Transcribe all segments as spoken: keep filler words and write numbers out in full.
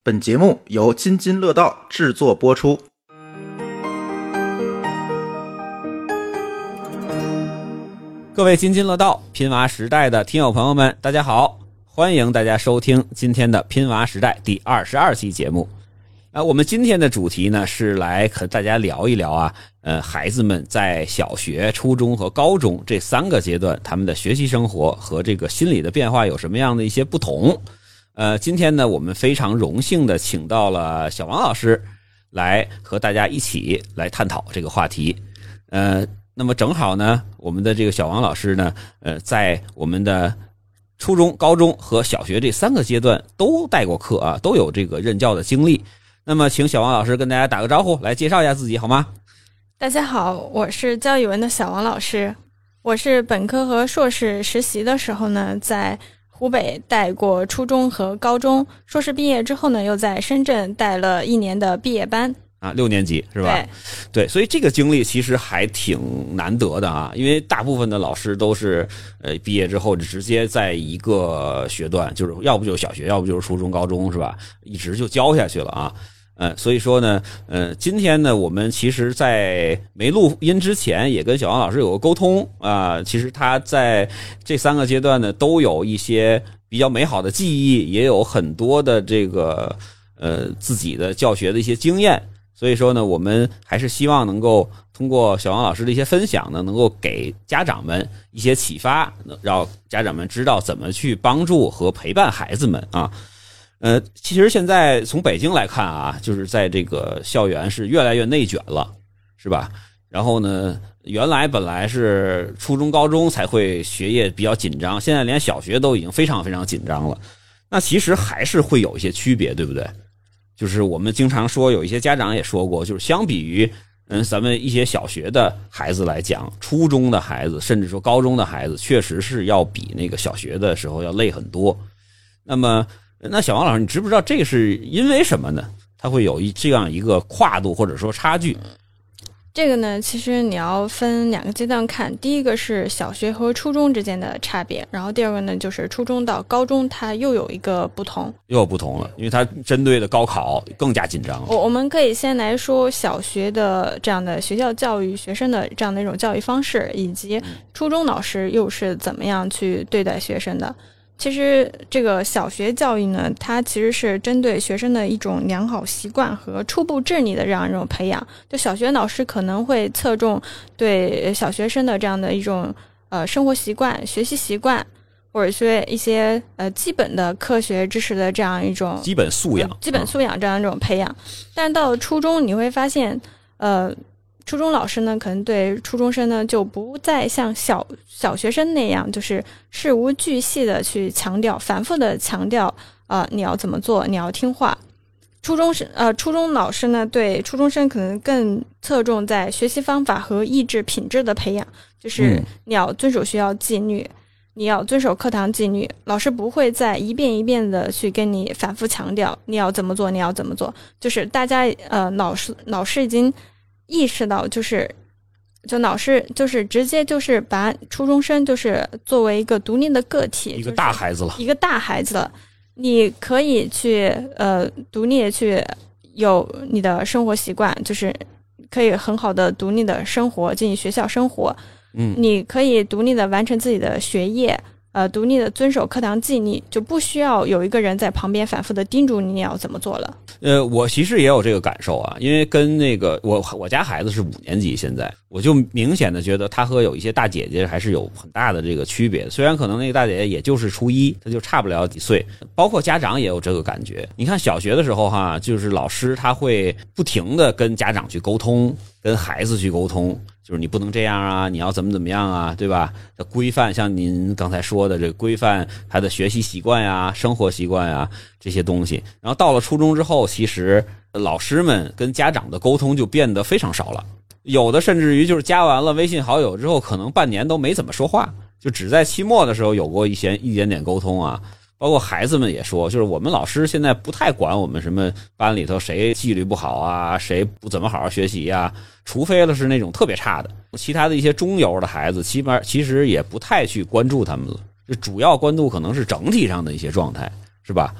本节目由津津乐道制作播出。 各位津津乐道拼娃时代的听友朋友们，大家好，欢迎大家收听今天的拼娃时代第二十二期节目。啊，我们今天的主题呢是来和大家聊一聊啊，呃，孩子们在小学、初中和高中这三个阶段，他们的学习生活和这个心理的变化有什么样的一些不同。呃，今天呢，我们非常荣幸的请到了小王老师来和大家一起来探讨这个话题。呃，那么正好呢，我们的这个小王老师呢，呃，在我们的初中、高中和小学这三个阶段都带过课啊，都有这个任教的经历。那么，请小王老师跟大家打个招呼，来介绍一下自己好吗？ 大家好，我是教语文的小王老师。我是本科和硕士实习的时候呢，在湖北带过初中和高中，硕士毕业之后呢，又在深圳带了一年的毕业班啊，六年级是吧？对，对，所以这个经历其实还挺难得的啊，因为大部分的老师都是呃毕业之后就直接在一个学段，就是要不就是小学，要不就是初中、高中是吧？一直就教下去了啊。呃，所以说呢，呃，今天呢，我们其实在没录音之前，也跟小王老师有个沟通啊、呃。其实他在这三个阶段呢，都有一些比较美好的记忆，也有很多的这个呃自己的教学的一些经验。所以说呢，我们还是希望能够通过小王老师的一些分享呢，能够给家长们一些启发，让家长们知道怎么去帮助和陪伴孩子们啊。呃，其实现在从北京来看啊，就是在这个校园是越来越内卷了，是吧？然后呢，原来本来是初中、高中才会学业比较紧张，现在连小学都已经非常非常紧张了。那其实还是会有一些区别，对不对？就是我们经常说，有一些家长也说过，就是相比于嗯咱们一些小学的孩子来讲，初中的孩子甚至说高中的孩子，确实是要比那个小学的时候要累很多。那么那小王老师，你知不知道这是因为什么呢？它会有一这样一个跨度或者说差距？ 这个呢，其实你要分两个阶段看。第一个是小学和初中之间的差别，然后第二个呢，就是初中到高中，它又有一个不同， 又有不同了，因为它针对的高考更加紧张了。 我我们可以先来说小学的这样的学校教育学生的这样的一种教育方式，以及初中老师又是怎么样去对待学生的。其实这个小学教育呢，它其实是针对学生的一种良好习惯和初步智力的这样一种培养。就小学老师可能会侧重对小学生的这样的一种呃生活习惯、学习习惯，或者说一些呃基本的科学知识的这样一种基本素养、 呃、基本素养这样一种培养。但到了初中，你会发现，呃。初中老师呢，可能对初中生呢就不再像小小学生那样，就是事无巨细的去强调，反复的强调，呃，你要怎么做，你要听话。初中生呃，初中老师呢，对初中生可能更侧重在学习方法和意志品质的培养，就是你要遵守学校纪律，你要遵守课堂纪律。老师不会再一遍一遍的去跟你反复强调你要怎么做，你要怎么做，就是大家呃，老师老师已经意识到，就是就老师就是直接就是把初中生就是作为一个独立的个体， 一个大孩子了， 一个大孩子了，你可以去呃独立的去有你的生活习惯，就是可以很好的独立的生活，进行学校生活， 嗯， 你可以独立的完成自己的学业，呃，独立的遵守课堂纪律，就不需要有一个人在旁边反复的叮嘱你要怎么做了。 呃，我其实也有这个感受啊，因为跟那个我我家孩子是五年级，现在我就明显的觉得他和有一些大姐姐还是有很大的这个区别。虽然可能那个大姐姐也就是初一，她就差不了几岁，包括家长也有这个感觉。你看小学的时候哈，就是老师他会不停的跟家长去沟通，跟孩子去沟通。就是你不能这样啊，你要怎么怎么样啊，对吧？规范像您刚才说的这个规范他的学习习惯呀、生活习惯呀这些东西。然后到了初中之后，其实老师们跟家长的沟通就变得非常少了，有的甚至于就是加完了微信好友之后，可能半年都没怎么说话，就只在期末的时候有过一些一点点沟通啊。包括孩子们也说，就是我们老师现在不太管我们什么班里头谁纪律不好啊，谁不怎么好好学习啊，除非了是那种特别差的，其他的一些中游的孩子基本其实也不太去关注他们了，就主要关注可能是整体上的一些状态，是吧？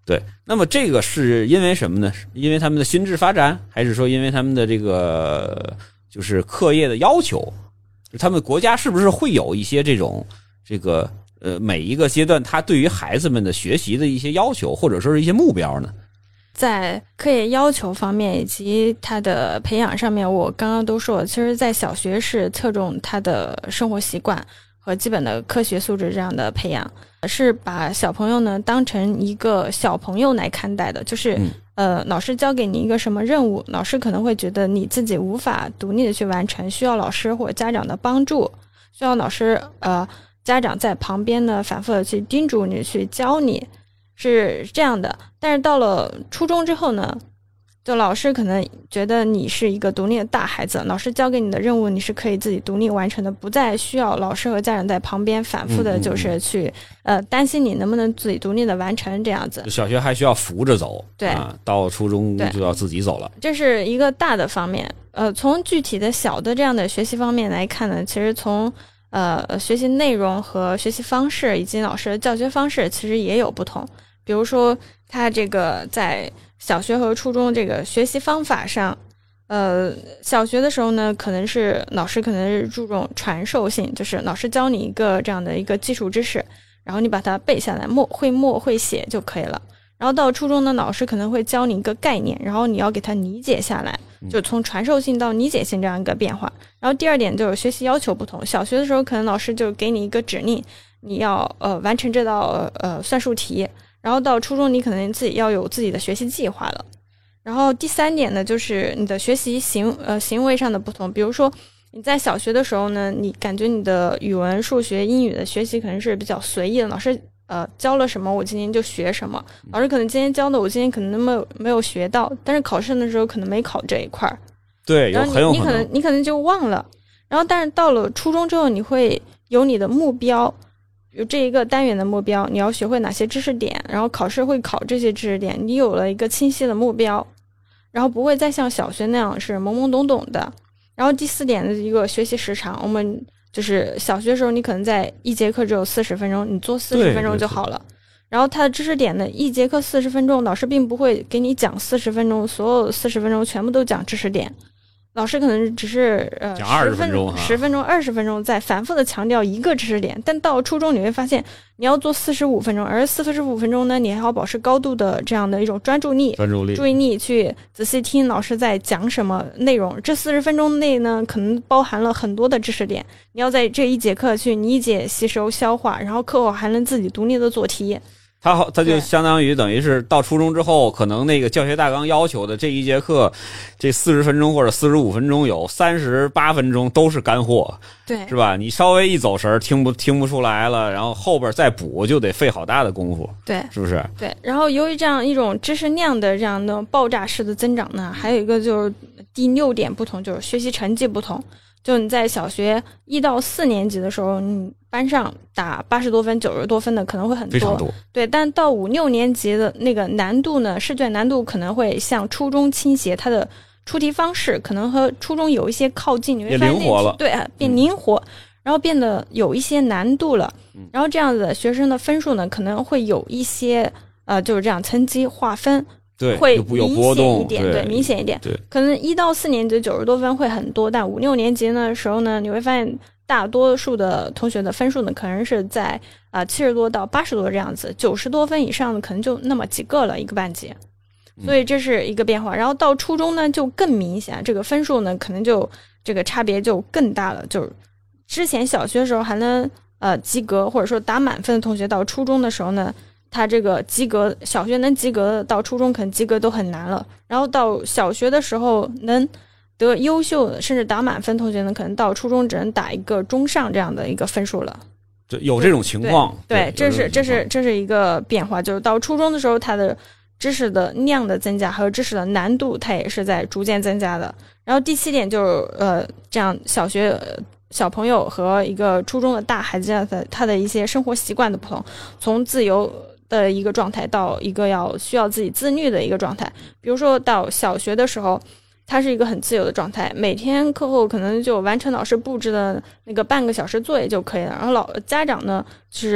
对，那么这个是因为什么呢？因为他们的心智发展，还是说因为他们的这个就是课业的要求？他们国家是不是会有一些这种这个呃每一个阶段他对于孩子们的学习的一些要求，或者说是一些目标呢？ 在课业要求方面以及他的培养上面，我刚刚都说了，其实在小学是侧重他的生活习惯和基本的科学素质这样的培养，是把小朋友呢当成一个小朋友来看待的，就是、嗯、呃，老师交给你一个什么任务，老师可能会觉得你自己无法独立的去完成，需要老师或家长的帮助，需要老师呃家长在旁边呢反复的去叮嘱你，去教你，是这样的。但是到了初中之后呢，就老师可能觉得你是一个独立的大孩子，老师交给你的任务你是可以自己独立完成的，不再需要老师和家长在旁边反复的就是去、嗯嗯、呃担心你能不能自己独立的完成这样子。 小学还需要扶着走， 对、 啊，到初中就要自己走了。 这是一个大的方面。呃，从具体的小的这样的学习方面来看呢，其实从呃学习内容和学习方式以及老师的教学方式其实也有不同。比如说他这个在小学和初中这个学习方法上，呃，小学的时候呢，可能是老师可能是注重传授性，就是老师教你一个这样的一个基础知识，然后你把它背下来，默会默会写就可以了。然后到初中呢，老师可能会教你一个概念，然后你要给它理解下来，就从传授性到理解性这样一个变化。然后第二点就是学习要求不同，小学的时候可能老师就给你一个指令，你要呃完成这道呃算术题。然后到初中你可能自己要有自己的学习计划了。然后第三点呢，就是你的学习行呃行为上的不同。比如说你在小学的时候呢，你感觉你的语文、数学、英语的学习可能是比较随意的，老师呃教了什么我今天就学什么，老师可能今天教的我今天可能没有没有学到，但是考试的时候可能没考这一块。 对，有很有可能你可能你可能就忘了。然后但是到了初中之后，你会有你的目标，有这一个单元的目标，你要学会哪些知识点，然后考试会考这些知识点，你有了一个清晰的目标，然后不会再像小学那样是懵懵懂懂的。然后第四点的一个学习时长，我们就是小学的时候你可能在一节课只有四十分钟，你做四十分钟就好了。然后它的知识点呢，一节课四十分钟，老师并不会给你讲四十分钟，所有四十分钟全部都讲知识点。老师可能只是呃讲二十分钟、 十分钟、二十分钟，在反复的强调一个知识点。但到初中你会发现，你要做四十五分钟，而四十五分钟呢，你还要保持高度的这样的一种专注力、 专注力、 注意力，去仔细听老师在讲什么内容。这四十分钟内呢，可能包含了很多的知识点，你要在这一节课去理解、吸收、消化，然后课后还能自己独立的做题。 他好，他就相当于等于是到初中之后，可能那个教学大纲要求的这一节课，这四十分钟或者四十五分钟，有三十八分钟都是干货， 对， 是吧？你稍微一走神，听不听不出来了，然后后边再补就得费好大的功夫， 对， 是不是？ 对。然后由于这样一种知识量的这样的爆炸式的增长呢，还有一个就是第六点不同，就是学习成绩不同。就你在小学一到四年级的时候，你班上打八十多分、九十多分的可能会很多， 非常多。 对，但到五六年级的那个难度呢，试卷难度可能会向初中倾斜，它的出题方式可能和初中有一些靠近，你会发现变灵活了， 对，变灵活，嗯、然后变得有一些难度了。然后这样子的学生的分数呢，可能会有一些呃，就是这样层级划分。 对， 会有波动一点，对，对明显一点。 对， 可能一到四年级九十多分会很多，但五六年级的时候呢，你会发现大多数的同学的分数呢，可能是在啊七十多到八十多这样子，九十多分以上的可能就那么几个了一个班级，所以这是一个变化。然后到初中呢，就更明显，这个分数呢，可能就这个差别就更大了。就是之前小学的时候还能呃及格或者说打满分的同学，到初中的时候呢。他这个及格，小学能及格到初中可能及格都很难了，然后到小学的时候能得优秀的甚至打满分同学呢，可能到初中只能打一个中上这样的一个分数了。 对，有这种情况。 对，对，这是这是这是一个变化，就是到初中的时候，他的知识的量的增加，还有知识的难度，它也是在逐渐增加的。然后第七点就是呃，这样小学。呃小朋友和一个初中的大孩子的他的一些生活习惯的不同，从自由的一个状态到一个要需要自己自律的一个状态。比如说到小学的时候，他是一个很自由的状态，每天课后可能就完成老师布置的那个半个小时作业就可以了。然后老家长呢，就是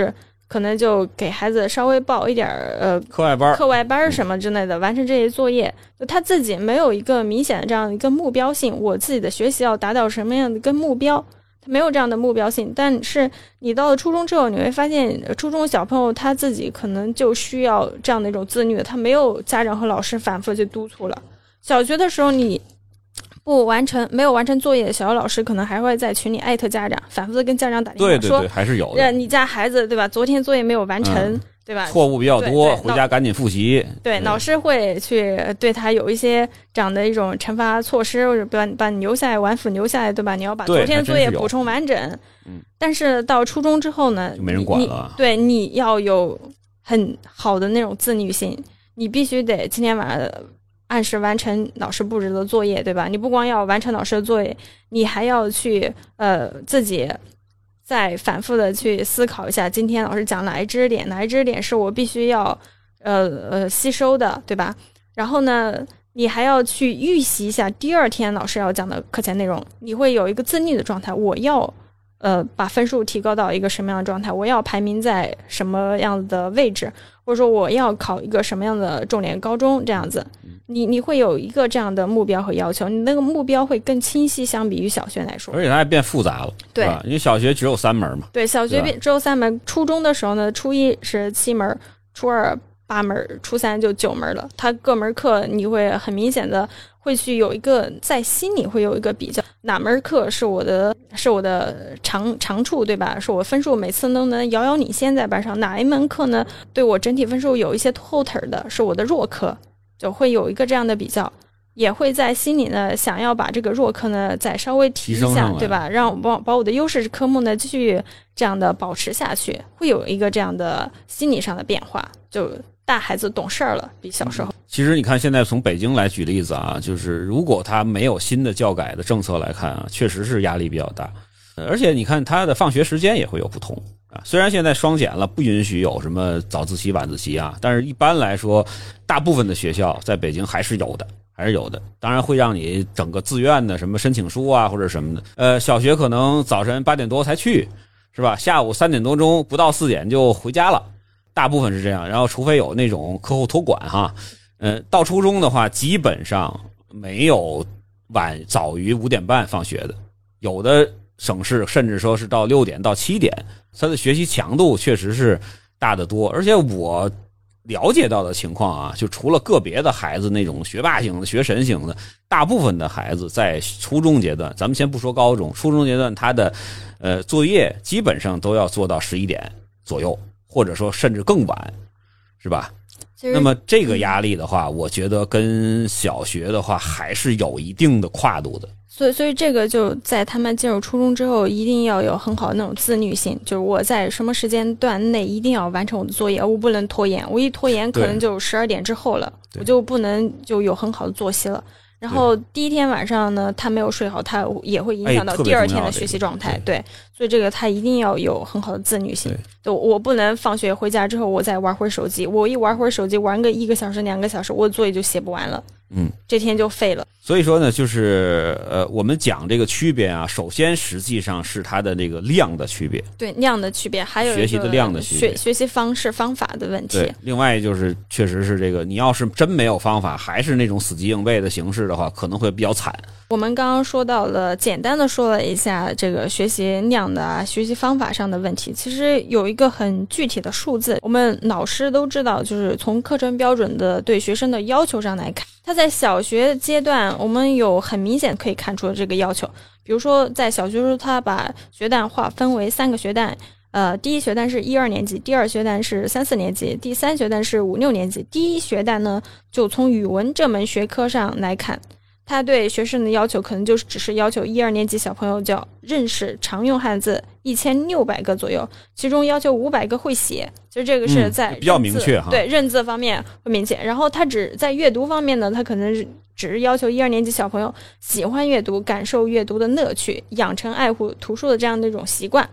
可能就给孩子稍微报一点呃课外班、 课外班什么之类的，完成这些作业。就他自己没有一个明显的这样一个目标性，我自己的学习要达到什么样的一个目标，他没有这样的目标性。但是你到了初中之后，你会发现，初中小朋友他自己可能就需要这样的一种自律，他没有家长和老师反复去督促了。小学的时候你不完成没有完成作业，小学老师可能还会在群里艾特家长，反复的跟家长打电话说， 对对对，还是有的。 你家孩子对吧？昨天作业没有完成，嗯、对吧？ 错误比较多，回家赶紧复习。 对，老师会去对他有一些这样的一种惩罚措施，或者把把你留下来，晚辅留下来，对吧？你要把昨天作业补充完整。 嗯。 但是到初中之后呢， 就没人管了。 对，你要有很好的那种自律性，你必须得今天晚上按时完成老师布置的作业，对吧？你不光要完成老师的作业，你还要去呃自己再反复的去思考一下，今天老师讲哪一知识点，哪一知识点是我必须要呃呃吸收的，对吧？然后呢，你还要去预习一下第二天老师要讲的课前内容，你会有一个自律的状态。我要呃把分数提高到一个什么样的状态？我要排名在什么样的位置？或者说我要考一个什么样的重点高中，这样子，你你会有一个这样的目标和要求，你那个目标会更清晰，相比于小学来说， 而且它还变复杂了， 对吧？因为小学只有三门嘛， 对，小学只有三门，初中的时候呢，初一是七门，初二八门，初三就九门了。它各门课你会很明显的会去有一个在心里会有一个比较，哪门课是我的是我的长长处，对吧？是我分数每次都能遥遥领先在班上，哪一门课呢对我整体分数有一些拖后腿的，是我的弱科，就会有一个这样的比较，也会在心里呢想要把这个弱科呢再稍微提一下，对吧？让我把把我的优势科目呢继续这样的保持下去，会有一个这样的心理上的变化，就大孩子懂事儿了，比小时候。 其实你看，现在从北京来举例子啊，就是如果他没有新的教改的政策来看啊，确实是压力比较大。而且你看他的放学时间也会有不同啊。虽然现在双减了，不允许有什么早自习、晚自习啊，但是一般来说，大部分的学校在北京还是有的，还是有的。当然会让你整个自愿的什么申请书啊或者什么的。呃，小学可能早晨八点多才去，是吧？下午三点多钟不到四点就回家了。大部分是这样，然后除非有那种课后托管哈，呃，到初中的话，基本上没有晚早于五点半放学的，有的省市甚至说是到六点到七点，他的学习强度确实是大得多。而且我了解到的情况啊，就除了个别的孩子那种学霸型的、学神型的，大部分的孩子在初中阶段，咱们先不说高中，初中阶段他的呃作业基本上都要做到十一点左右。或者说甚至更晚，是吧？那么这个压力的话，我觉得跟小学的话还是有一定的跨度的。 所以，所以这个就在他们进入初中之后，一定要有很好的那种自律性，就是我在什么时间段内一定要完成我的作业，我不能拖延，我一拖延可能就十二点之后了，我就不能就有很好的作息了。然后第一天晚上呢，他没有睡好，他也会影响到第二天的学习状态。对，所以这个他一定要有很好的自律性。对，我不能放学回家之后我再玩会儿手机，我一玩会儿手机玩个一个小时两个小时，我的作业就写不完了。 嗯， 这天就废了。 所以说呢，就是呃，我们讲这个区别啊，首先实际上是它的这个量的区别， 对，量的区别，还有学习的量的区别， 学学习方式方法的问题。 对，另外就是确实是这个，你要是真没有方法，还是那种死记硬背的形式的话，可能会比较惨。 我们刚刚说到了，简单的说了一下这个学习量的啊，学习方法上的问题。其实有一个很具体的数字，我们老师都知道，就是从课程标准的对学生的要求上来看，他在小学阶段，我们有很明显可以看出的这个要求。比如说，在小学时候，他把学段划分为三个学段。呃，第一学段是一二年级，第二学段是三四年级，第三学段是五六年级。第一学段呢，就从语文这门学科上来看，他对学生的要求可能就是只是要求一二年级小朋友就要认识常用汉字一千六百个左右，其中要求五百个会写。其实这个是在、 嗯、比较明确哈， 对认字方面会明确。然后他只在阅读方面呢，他可能是只是要求一二年级小朋友喜欢阅读，感受阅读的乐趣，养成爱护图书的这样的一种习惯。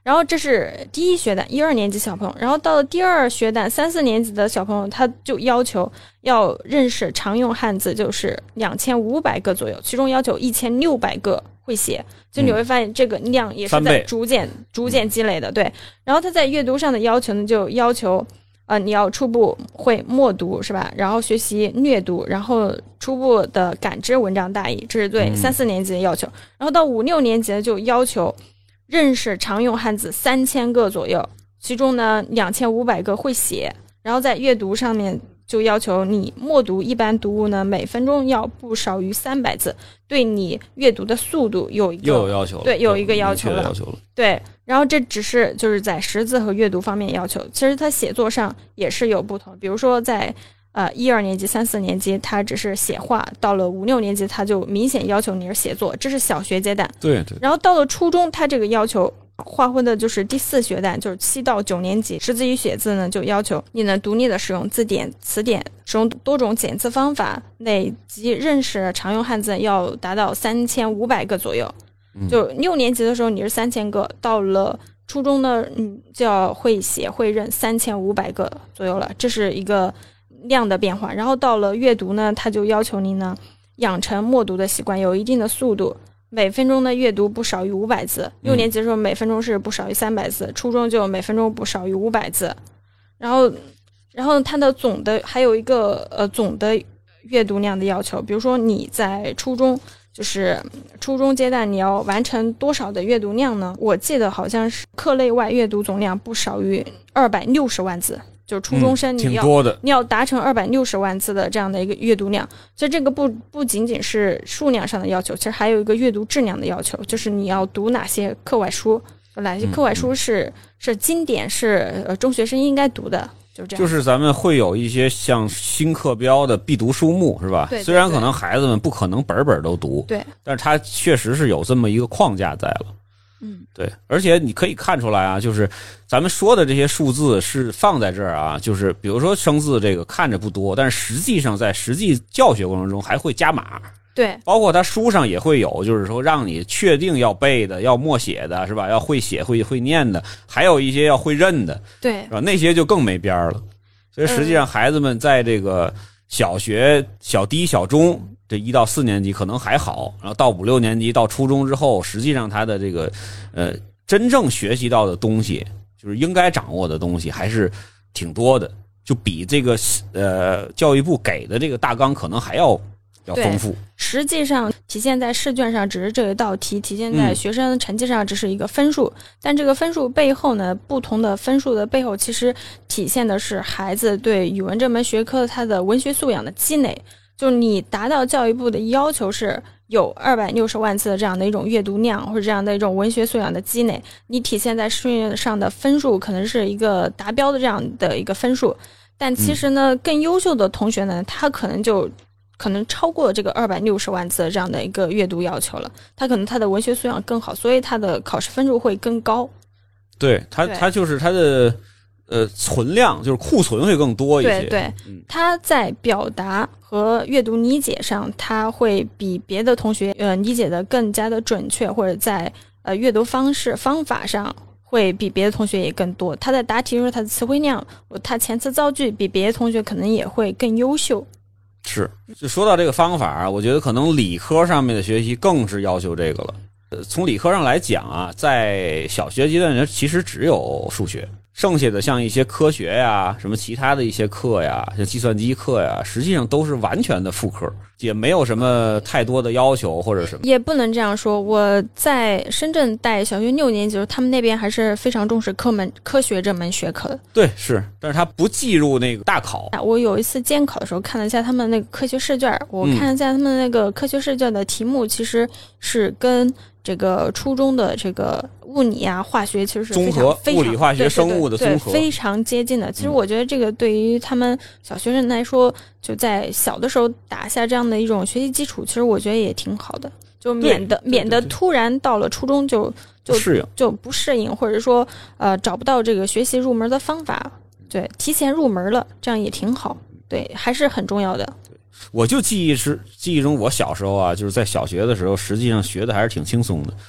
然后这是第一学段一二年级小朋友，然后到了第二学段三四年级的小朋友，他就要求要认识常用汉字，就是两千五百个左右，其中要求一千六百个会写，就你会发现这个量也是在逐渐逐渐积累的。对，然后他在阅读上的要求呢，就要求呃你要初步会默读是吧？然后学习略读，然后初步的感知文章大意，这是对三四年级的要求。然后到五六年级就要求认识常用汉字三千个左右，其中呢两千五百个会写。然后在阅读上面就要求你默读一般读物呢，每分钟要不少于三百字，对你阅读的速度有一个又有要求了， 对，有一个要求了， 要求了。 对，然后这只是就是在识字和阅读方面要求，其实它写作上也是有不同。比如说在呃一二年级、三四年级，它只是写画；到了五六年级，它就明显要求你是写作，这是小学阶段。 对对。 然后到了初中，它这个要求划分的就是第四学段，就是七到九年级，识字与写字呢，就要求你能独立的使用字典、词典，使用多种检测方法，累计认识常用汉字要达到三千五百个左右。就六年级的时候你是三千个，到了初中呢，你就要会写会认三千五百个左右了，这是一个量的变化。然后到了阅读呢，它就要求你呢养成默读的习惯，有一定的速度。每分钟的阅读不少于五百字，六年级的时候每分钟是不少于三百字，初中就每分钟不少于五百字。然后，然后它的总的还有一个呃总的阅读量的要求，比如说你在初中就是初中阶段你要完成多少的阅读量呢？我记得好像是课内外阅读总量不少于二百六十万字。就是初中生你要、 嗯、挺多的， 你要达成二百六十万字的这样的一个阅读量，所以这个不不仅仅是数量上的要求，其实还有一个阅读质量的要求，就是你要读哪些课外书，哪些课外书是、嗯、是经典，是呃中学生应该读的，就这样。 就是咱们会有一些像新课标的必读书目，是吧？ 对对对， 虽然可能孩子们不可能本本都读， 对， 但是它确实是有这么一个框架在了。 嗯， 对，而且你可以看出来啊，就是咱们说的这些数字是放在这儿啊，就是比如说生字这个看着不多，但是实际上在实际教学过程中还会加码。 对， 包括他书上也会有，就是说让你确定要背的、要默写的，是吧？要会写、会会念的，还有一些要会认的， 对， 是吧？那些就更没边儿了。所以实际上，孩子们在这个小学、小低、小中这一到四年级可能还好，然后到五六年级到初中之后，实际上他的这个呃真正学习到的东西，就是应该掌握的东西，还是挺多的，就比这个呃教育部给的这个大纲可能还要要丰富。 实际上体现在试卷上只是这一道题，体现在学生成绩上只是一个分数、嗯、但这个分数背后呢，不同的分数的背后其实体现的是孩子对语文这门学科他的文学素养的积累。就是你达到教育部的要求是有二百六十万字的这样的一种阅读量，或者这样的一种文学素养的积累，你体现在试卷上的分数可能是一个达标的这样的一个分数，但其实呢、嗯、更优秀的同学呢，他可能就可能超过这个二百六十万字这样的一个阅读要求了，他可能他的文学素养更好，所以他的考试分数会更高。 对，他他就是他的呃存量，就是库存会更多一些。 对对，他在表达和阅读理解上，他会比别的同学呃理解的更加的准确，或者在呃阅读方式方法上会比别的同学也更多。他在答题时候，他的词汇量，他遣词造句比别的同学可能也会更优秀。 是，就说到这个方法，我觉得可能理科上面的学习更是要求这个了。呃，从理科上来讲啊，在小学阶段其实只有数学，剩下的像一些科学呀、什么其他的一些课呀，像计算机课呀，实际上都是完全的副科，也没有什么太多的要求或者什么。 也不能这样说，我在深圳带小学六年级的时候，他们那边还是非常重视科门科学这门学科的。 对，是，但是他不计入那个大考。 我有一次监考的时候看了一下他们那个科学试卷，我看了一下他们那个科学试卷的题目，其实是跟这个初中的这个物理啊、化学其实是非常综合非常物理、化学、生物的综合， 非常接近的。其实我觉得这个对于他们小学生来说，就在小的时候打下这样的一种学习基础，其实我觉得也挺好的，就免得免得突然到了初中就就适应就不适应，或者说呃找不到这个学习入门的方法。对，提前入门了，这样也挺好。对，还是很重要的。 我就记忆是记忆中，我小时候啊，就是在小学的时候，实际上学的还是挺轻松的。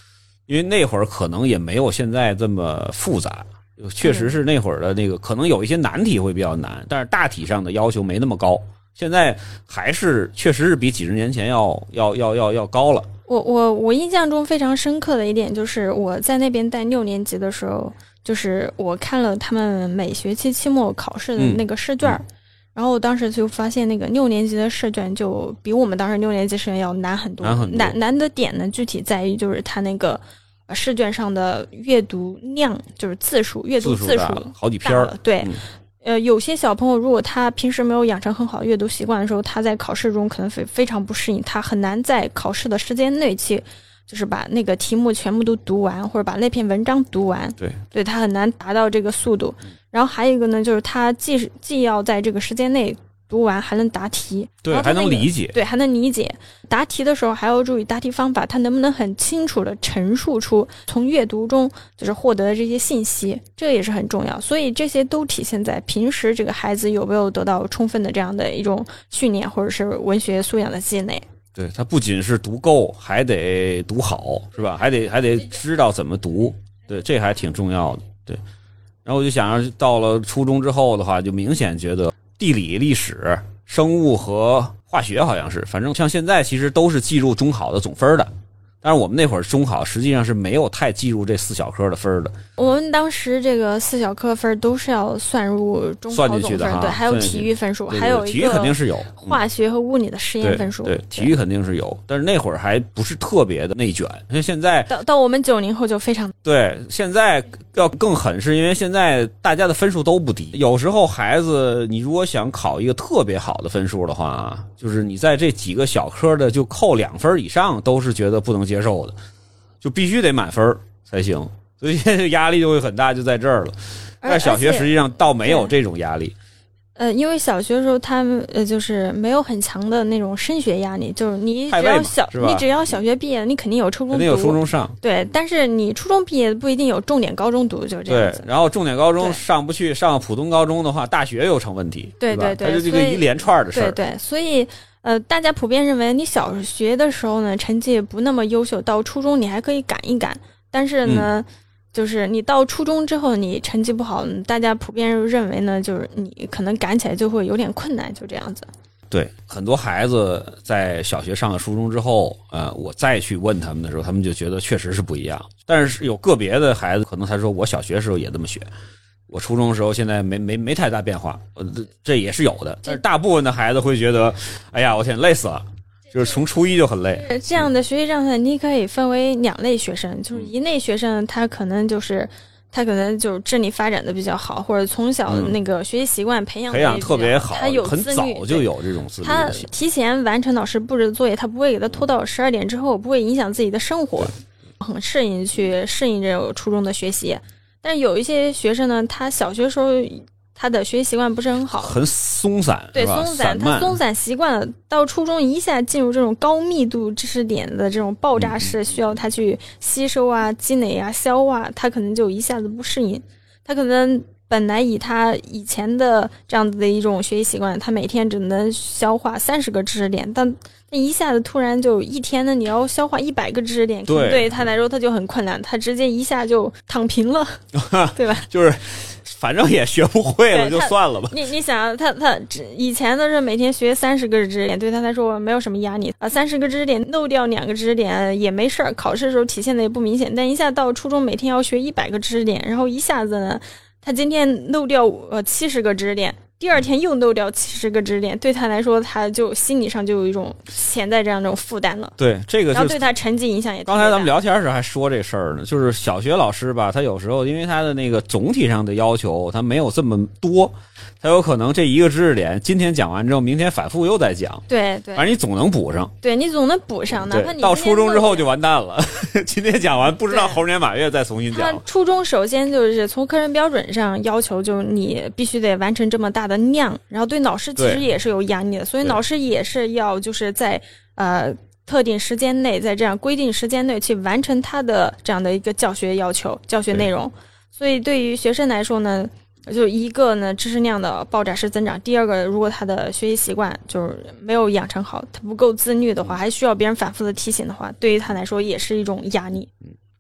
因为那会儿可能也没有现在这么复杂，确实是那会儿的那个可能有一些难题会比较难，但是大体上的要求没那么高。现在还是确实是比几十年前要要要要要高了。 我我我印象中非常深刻的一点就是我在那边带六年级的时候，就是我看了他们每学期期末考试的那个试卷、嗯、然后我当时就发现那个六年级的试卷就比我们当时六年级试卷要难很多。 难很多。 难难的点呢，具体在于就是它那个试卷上的阅读量，就是字数，阅读字数好几篇了。 对。 嗯呃，有些小朋友如果他平时没有养成很好的阅读习惯的时候，他在考试中可能非非常不适应，他很难在考试的时间内去，就是把那个题目全部都读完，或者把那篇文章读完。 对， 对他很难达到这个速度。然后还有一个呢，就是他既既要在这个时间内读完，还能答题， 对，还能理解， 对，还能理解。答题的时候还要注意答题方法，他能不能很清楚的陈述出从阅读中就是获得的这些信息，这个也是很重要。所以这些都体现在平时这个孩子有没有得到充分的这样的一种训练，或者是文学素养的积累。 对，他不仅是读够，还得读好，是吧？还得还得知道怎么读，对，这还挺重要的。对，然后我就想到了初中之后的话，就明显觉得地理、历史、生物和化学好像是，反正像现在其实都是计入中考的总分的。但是我们那会儿中考实际上是没有太计入这四小科的分的。 我们当时这个四小科分都是要算入中考总分，对，还有体育分数， 对对对， 还有一体育肯定是有化学和物理的实验分数。 对，对，体育肯定是有，但是那会儿还不是特别的内卷。因为现在到到我们九零后就非常对，现在要更狠，是因为现在大家的分数都不低。有时候孩子，你如果想考一个特别好的分数的话，就是你在这几个小科的就扣两分以上，都是觉得不能接受的，就必须得满分才行。所以现在压力就会很大，就在这儿了。在小学实际上倒没有这种压力。 呃，因为小学的时候他们呃就是没有很强的那种升学压力，就是你只要小你只要小学毕业，你肯定有初中读， 肯定有初中上。 对，但是你初中毕业不一定有重点高中读，就是这样子。 对，然后重点高中上不去，上普通高中的话，大学又成问题。 对对对， 它就这个一连串的事儿。 对对，所以呃，大家普遍认为你小学的时候呢成绩不那么优秀，到初中你还可以赶一赶，但是呢。嗯就是你到初中之后，你成绩不好，大家普遍认为呢，就是你可能赶起来就会有点困难，就这样子。 对，很多孩子在小学上了初中之后，呃，我再去问他们的时候，他们就觉得确实是不一样。但是有个别的孩子，可能他说我小学时候也这么学，我初中的时候现在没没没太大变化，呃，这也是有的。但是大部分的孩子会觉得，哎呀，我天，累死了。就是从初一就很累。 这样的学习状态你可以分为两类学生，就是一类学生他可能就是他可能就是智力发展的比较好，或者从小那个学习习惯培养培养特别好， 他有很早就有这种自律， 他提前完成老师布置的作业，他不会给他拖到十二点之后，不会影响自己的生活，很适应去适应这种初中的学习。但是有一些学生呢，他小学时候他的学习习惯不是很好， 很松散， 对，松散，他松散习惯了，到初中一下进入这种高密度知识点的这种爆炸式，需要他去吸收啊、积累啊、消化，他可能就一下子不适应。他可能本来以他以前的这样子的一种学习习惯，他每天只能消化三十个知识点，但那一下子突然就一天呢，你要消化一百个知识点， 对， 对他来说他就很困难，他直接一下就躺平了，对吧？ 就是。反正也学不会了，就算了吧。 你你想，他他以前都是每天学三十个知识点，对他来说没有什么压力啊。三十个知识点漏掉两个知识点也没事儿，考试的时候体现的也不明显。但一下到初中，每天要学一百个知识点，然后一下子呢，他今天漏掉呃七十个知识点，第二天又漏掉七十个知识点，对他来说，他就心理上就有一种潜在这样一种负担了。 对，这个然后对他成绩影响也。 刚才咱们聊天时还说这事儿呢，就是小学老师吧，他有时候因为他的那个总体上的要求，他没有这么多，他有可能这一个知识点今天讲完之后，明天反复又再讲。 对对， 反正你总能补上。 对，你总能补上，哪怕你到初中之后就完蛋了。今天讲完，不知道猴年马月再重新讲。 初中首先就是从课程标准上要求，就是你必须得完成这么大的量，然后对老师其实也是有压力的，所以老师也是要就是在呃特定时间内，在这样规定时间内去完成他的这样的一个教学要求、教学内容。所以对于学生来说呢，就一个呢知识量的爆炸式增长，第二个如果他的学习习惯就是没有养成好，他不够自律的话，还需要别人反复的提醒的话，对于他来说也是一种压力。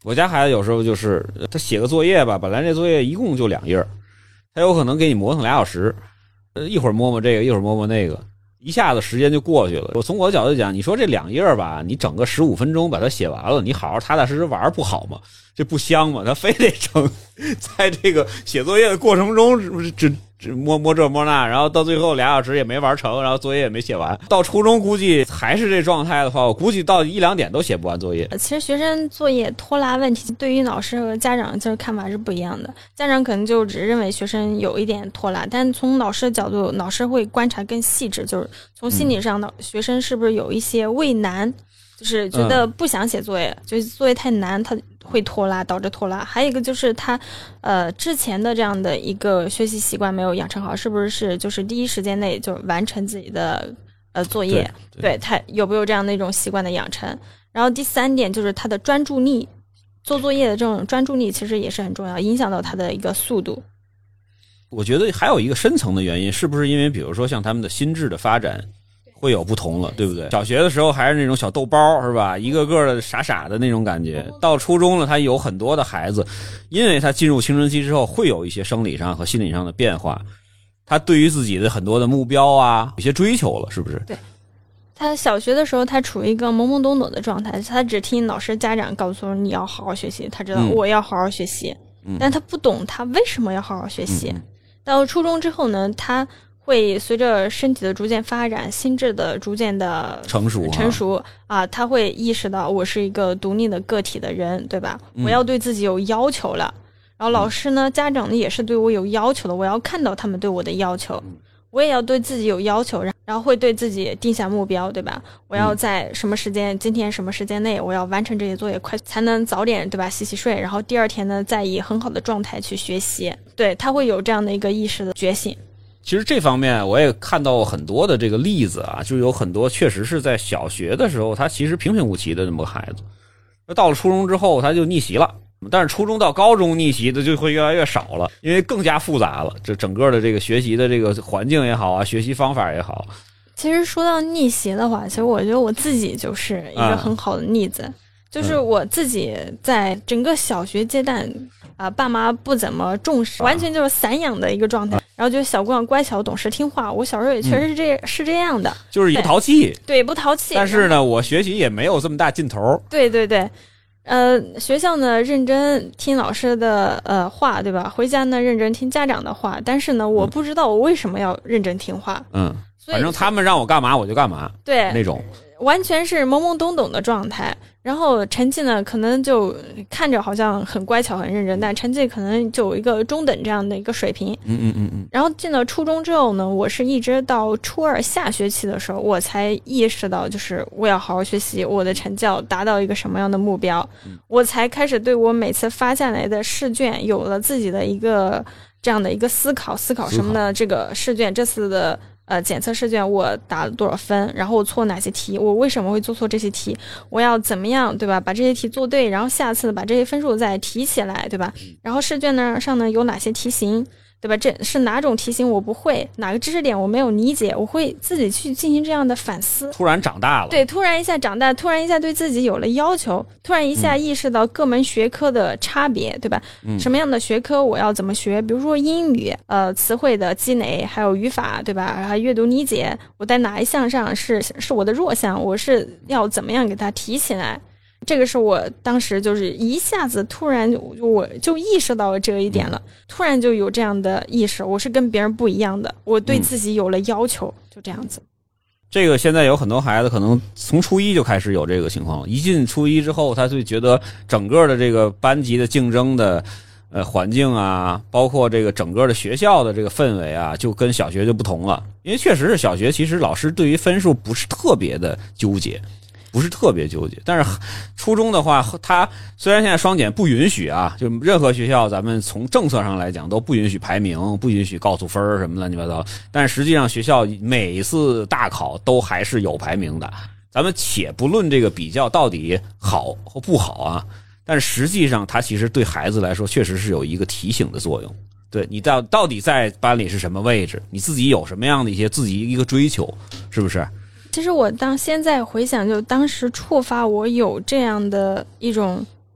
我家孩子有时候就是他写个作业吧，本来这作业一共就两页，他有可能给你磨蹭俩小时，呃，一会儿摸摸这个，一会儿摸摸那个，一下子时间就过去了。我从我的角度讲，你说这两页吧，你整个十五分钟把它写完了，你好好踏踏实实玩不好吗？这不香吗？他非得整在这个写作业的过程中只只摸摸这摸那，然后到最后俩小时也没玩成，然后作业也没写完。到初中估计还是这状态的话，我估计到一两点都写不完作业。 其实学生作业拖拉问题对于老师和家长就是看法是不一样的，家长可能就只认为学生有一点拖拉，但从老师的角度，老师会观察更细致，就是从心理上的、嗯、学生是不是有一些畏难，就是觉得不想写作业、嗯、就是作业太难他会拖拉，导致拖拉。还有一个就是他呃之前的这样的一个学习习惯没有养成好，是不是是就是第一时间内就完成自己的呃作业， 对, 对他有没有这样的一种习惯的养成。然后第三点就是他的专注力，做作业的这种专注力其实也是很重要，影响到他的一个速度。 我觉得还有一个深层的原因，是不是因为比如说像他们的心智的发展会有不同了，对不对？小学的时候还是那种小豆包，是吧？一个个的傻傻的那种感觉。到初中了，他有很多的孩子，因为他进入青春期之后，会有一些生理上和心理上的变化，他对于自己的很多的目标啊，有些追求了，是不是？ 对。他小学的时候，他处于一个懵懵懂懂的状态，他只听老师、家长告诉你要好好学习，他知道我要好好学习，嗯、但他不懂他为什么要好好学习。嗯、到初中之后呢，他会随着身体的逐渐发展，心智的逐渐的成熟成熟啊，他会意识到我是一个独立的个体的人，对吧？ 嗯、 我要对自己有要求了。然后老师呢，家长呢也是对我有要求的，我要看到他们对我的要求，我也要对自己有要求，然后会对自己定下目标，对吧？我要在什么时间，今天什么时间内，我要完成这些作业，快才能早点，对吧？洗洗睡，然后第二天呢，再以很好的状态去学习。对，他会有这样的一个意识的觉醒。 其实这方面我也看到很多的这个例子啊，就有很多确实是在小学的时候，他其实平平无奇的这么个孩子，那到了初中之后他就逆袭了。但是初中到高中逆袭的就会越来越少了，因为更加复杂了，这整个的这个学习的这个环境也好啊，学习方法也好。 其实说到逆袭的话，其实我觉得我自己就是一个很好的例子，啊、就是我自己在整个小学阶段啊、呃，爸妈不怎么重视，完全就是散养的一个状态。啊、然后就小姑娘乖巧懂事听话，我小时候也确实是这、嗯、是这样的， 就是不淘气， 对，不淘气。 但是呢，我学习也没有这么大劲头。 对对对。呃，学校呢认真听老师的呃话，对吧？回家呢认真听家长的话，但是呢，我不知道我为什么要认真听话。 嗯，反正他们让我干嘛我就干嘛。 对， 那种完全是懵懵懂懂的状态。然后成绩呢，可能就看着好像很乖巧、很认真，但成绩可能就有一个中等这样的一个水平。 嗯嗯嗯嗯。 然后进了初中之后呢，我是一直到初二下学期的时候，我才意识到，就是我要好好学习，我的成绩要达到一个什么样的目标， 嗯、 我才开始对我每次发下来的试卷有了自己的一个这样的一个思考，思考什么呢？这个试卷这次的。呃，检测试卷我打了多少分，然后我错哪些题，我为什么会做错这些题，我要怎么样，对吧？把这些题做对，然后下次把这些分数再提起来，对吧？然后试卷呢上呢有哪些题型，对吧？这是哪种题型我不会，哪个知识点我没有理解，我会自己去进行这样的反思。 突然长大了， 对，突然一下长大，突然一下对自己有了要求，突然一下意识到各门学科的差别，对吧？嗯，什么样的学科我要怎么学？比如说英语，呃，词汇的积累，还有语法，对吧？还有阅读理解，我在哪一项上是是我的弱项，我是要怎么样给它提起来？这个是我当时就是一下子突然我就意识到了这一点了，突然就有这样的意识，我是跟别人不一样的，我对自己有了要求，嗯、就这样子。 这个现在有很多孩子可能从初一就开始有这个情况，一进初一之后，他就觉得整个的这个班级的竞争的呃环境啊，包括这个整个的学校的这个氛围啊，就跟小学就不同了。因为确实是小学，其实老师对于分数不是特别的纠结。不是特别纠结，但是初中的话，他虽然现在双减不允许啊，就任何学校咱们从政策上来讲都不允许排名，不允许告诉分什么乱七八糟，但实际上学校每一次大考都还是有排名的。咱们且不论这个比较到底好或不好啊，但是实际上它其实对孩子来说确实是有一个提醒的作用。对，你到到底在班里是什么位置，你自己有什么样的一些自己一个追求，是不是？ 其实我当现在回想，就当时触发我有这样的一种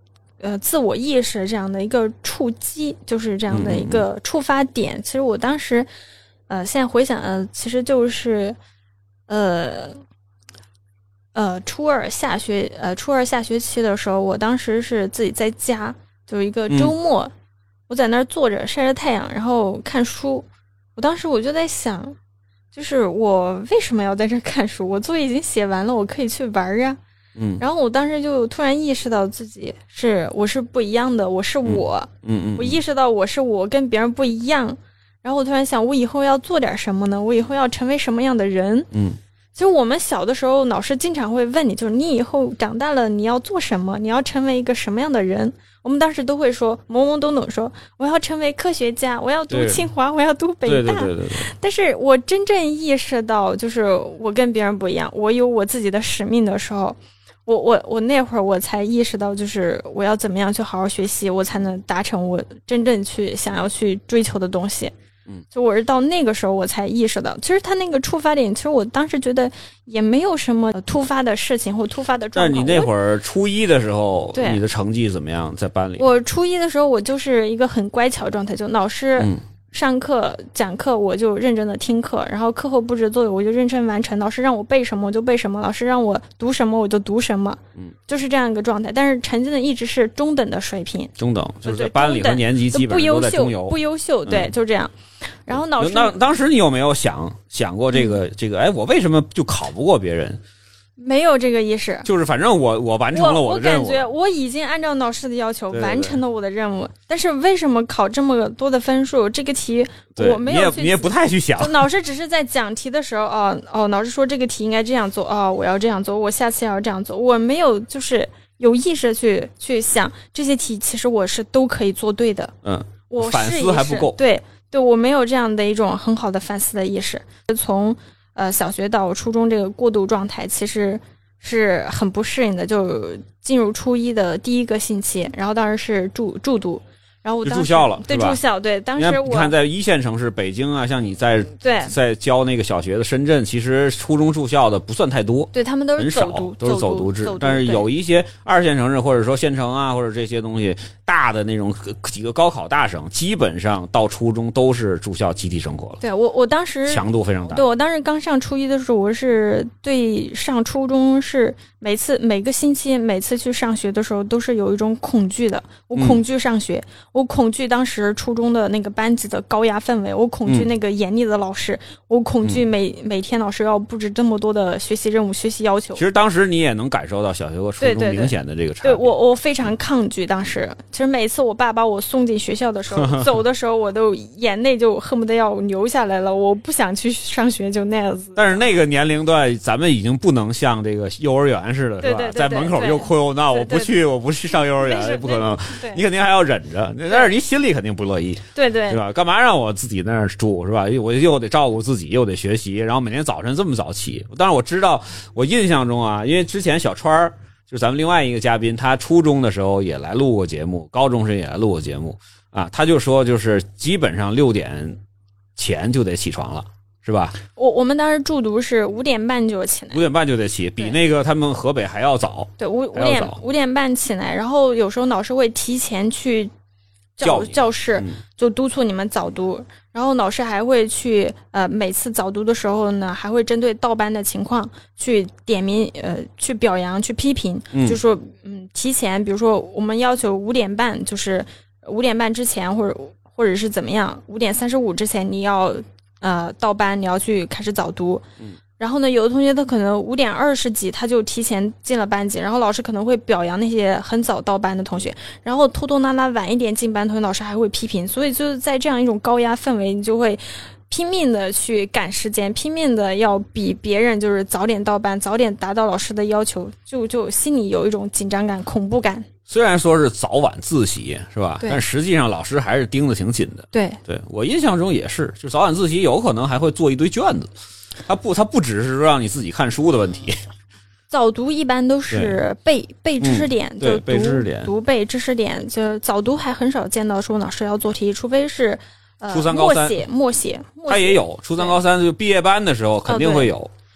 呃自我意识这样的一个触击，就是这样的一个触发点。嗯、其实我当时，呃，现在回想，呃，其实就是，呃，呃，初二下学，呃，初二下学期的时候，我当时是自己在家，就是一个周末，嗯、我在那儿坐着晒着太阳，然后看书。我当时我就在想，就是我为什么要在这看书？我作业已经写完了，我可以去玩啊。 嗯， 然后我当时就突然意识到自己是我是不一样的，我是我， 嗯 嗯, 嗯， 我意识到我是我跟别人不一样，然后我突然想，我以后要做点什么呢？我以后要成为什么样的人？ 嗯， 其实我们小的时候，老师经常会问你，就是你以后长大了你要做什么？你要成为一个什么样的人？我们当时都会说懵懵懂懂说，我要成为科学家，我要读清华，我要读北大。 对对对对对。 但是我真正意识到，就是我跟别人不一样，我有我自己的使命的时候。我我我那会儿我才意识到，就是我要怎么样去好好学习，我才能达成我真正去想要去追求的东西。 嗯， 就我是到那个时候我才意识到，其实他那个触发点，其实我当时觉得也没有什么突发的事情或突发的状况。 但是你那会儿初一的时候， 对你的成绩怎么样？在班里？ 我初一的时候，我就是一个很乖巧状态，就老师。嗯上课讲课我就认真的听课，然后课后布置作业我就认真完成，老师让我背什么我就背什么，老师让我读什么我就读什么， 嗯， 就是这样一个状态。但是成绩呢一直是中等的水平， 中等就是在班里和年级基本上都在中游， 不优秀，对，嗯、就这样。然后老师， 那当时你有没有想想过这个、嗯、这个？哎，我为什么就考不过别人？ 没有这个意识， 就是反正我我完成了我的任务， 我感觉我已经按照老师的要求完成了我的任务。对对对，但是为什么考这么多的分数？这个题我没有去， 你也你也不太去想。 老师只是在讲题的时候，哦哦，老师说这个题应该这样做，哦，我要这样做，我下次要这样做。我没有就是有意识去去想这些题，其实我是都可以做对的。 嗯， 我反思还不够。 对对，我没有这样的一种很好的反思的意识。从呃小学到初中这个过渡状态，其实是很不适应的。就进入初一的第一个星期，然后当时是住住读，然后我当时住校了， 对，住校，对，当时我你看在一线城市，北京啊，像你在对在教那个小学的深圳，其实初中住校的不算太多， 对，他们都是走读，都是走读制。但是有一些二线城市或者说县城啊，或者这些东西大的那种几个高考大省，基本上到初中都是住校集体生活了。 对，我我当时强度非常大。 对，我当时刚上初一的时候，我是对上初中是每次每个星期每次去上学的时候都是有一种恐惧的。我恐惧上学，嗯、我恐惧当时初中的那个班级的高压氛围，我恐惧那个严厉的老师，嗯、我恐惧每、嗯、每天老师要布置这么多的学习任务、学习要求。 其实当时你也能感受到小学和初中明显的这个差别。 对, 对, 对, 对我我非常抗拒当时。其实每次我爸把我送进学校的时候，走的时候我都眼泪就恨不得要流下来了，我不想去上学，就那样子。 但是那个年龄段，咱们已经不能像这个幼儿园似的，是吧？ 对对对对， 在门口又哭又闹，我不去，我不去上幼儿园，不可能。你肯定还要忍着，但是你心里肯定不乐意， 对对， 是吧？干嘛让我自己在那儿住，是吧？我又得照顾自己，又得学习，然后每天早晨这么早起。当然我知道，我印象中啊，因为之前小川儿就是咱们另外一个嘉宾，他初中的时候也来录过节目，高中时也来录过节目啊，他就说就是基本上六点前就得起床了。是吧？ 我我们当时住读是五点半就起来， 五点半就得起，比那个他们河北还要早。 对，五五点五点半起来，然后有时候老师会提前去教教室，嗯、就督促你们早读。然后老师还会去呃每次早读的时候呢，还会针对倒班的情况去点名呃去表扬去批评，嗯、就说嗯提前，比如说我们要求五点半，就是五点半之前或者或者是怎么样，五点三十五之前你要。呃，到班你要去开始早读，嗯，然后呢，有的同学他可能五点二十几他就提前进了班级，然后老师可能会表扬那些很早到班的同学，然后拖拖拉拉晚一点进班同学，老师还会批评，所以就是在这样一种高压氛围，你就会拼命的去赶时间，拼命的要比别人就是早点到班，早点达到老师的要求，就就心里有一种紧张感、恐怖感。 虽然说是早晚自习是吧？但实际上老师还是盯得挺紧的。 对， 对我印象中也是，就早晚自习有可能还会做一堆卷子，他不，他不只是让你自己看书的问题。 早读一般都是背背知识点， 嗯、 就背知识点， 读背知识点。就早读还很少见到说老师要做题，除非是呃初三高三默写默写， 他也有初三高三就毕业班的时候肯定会有。 哦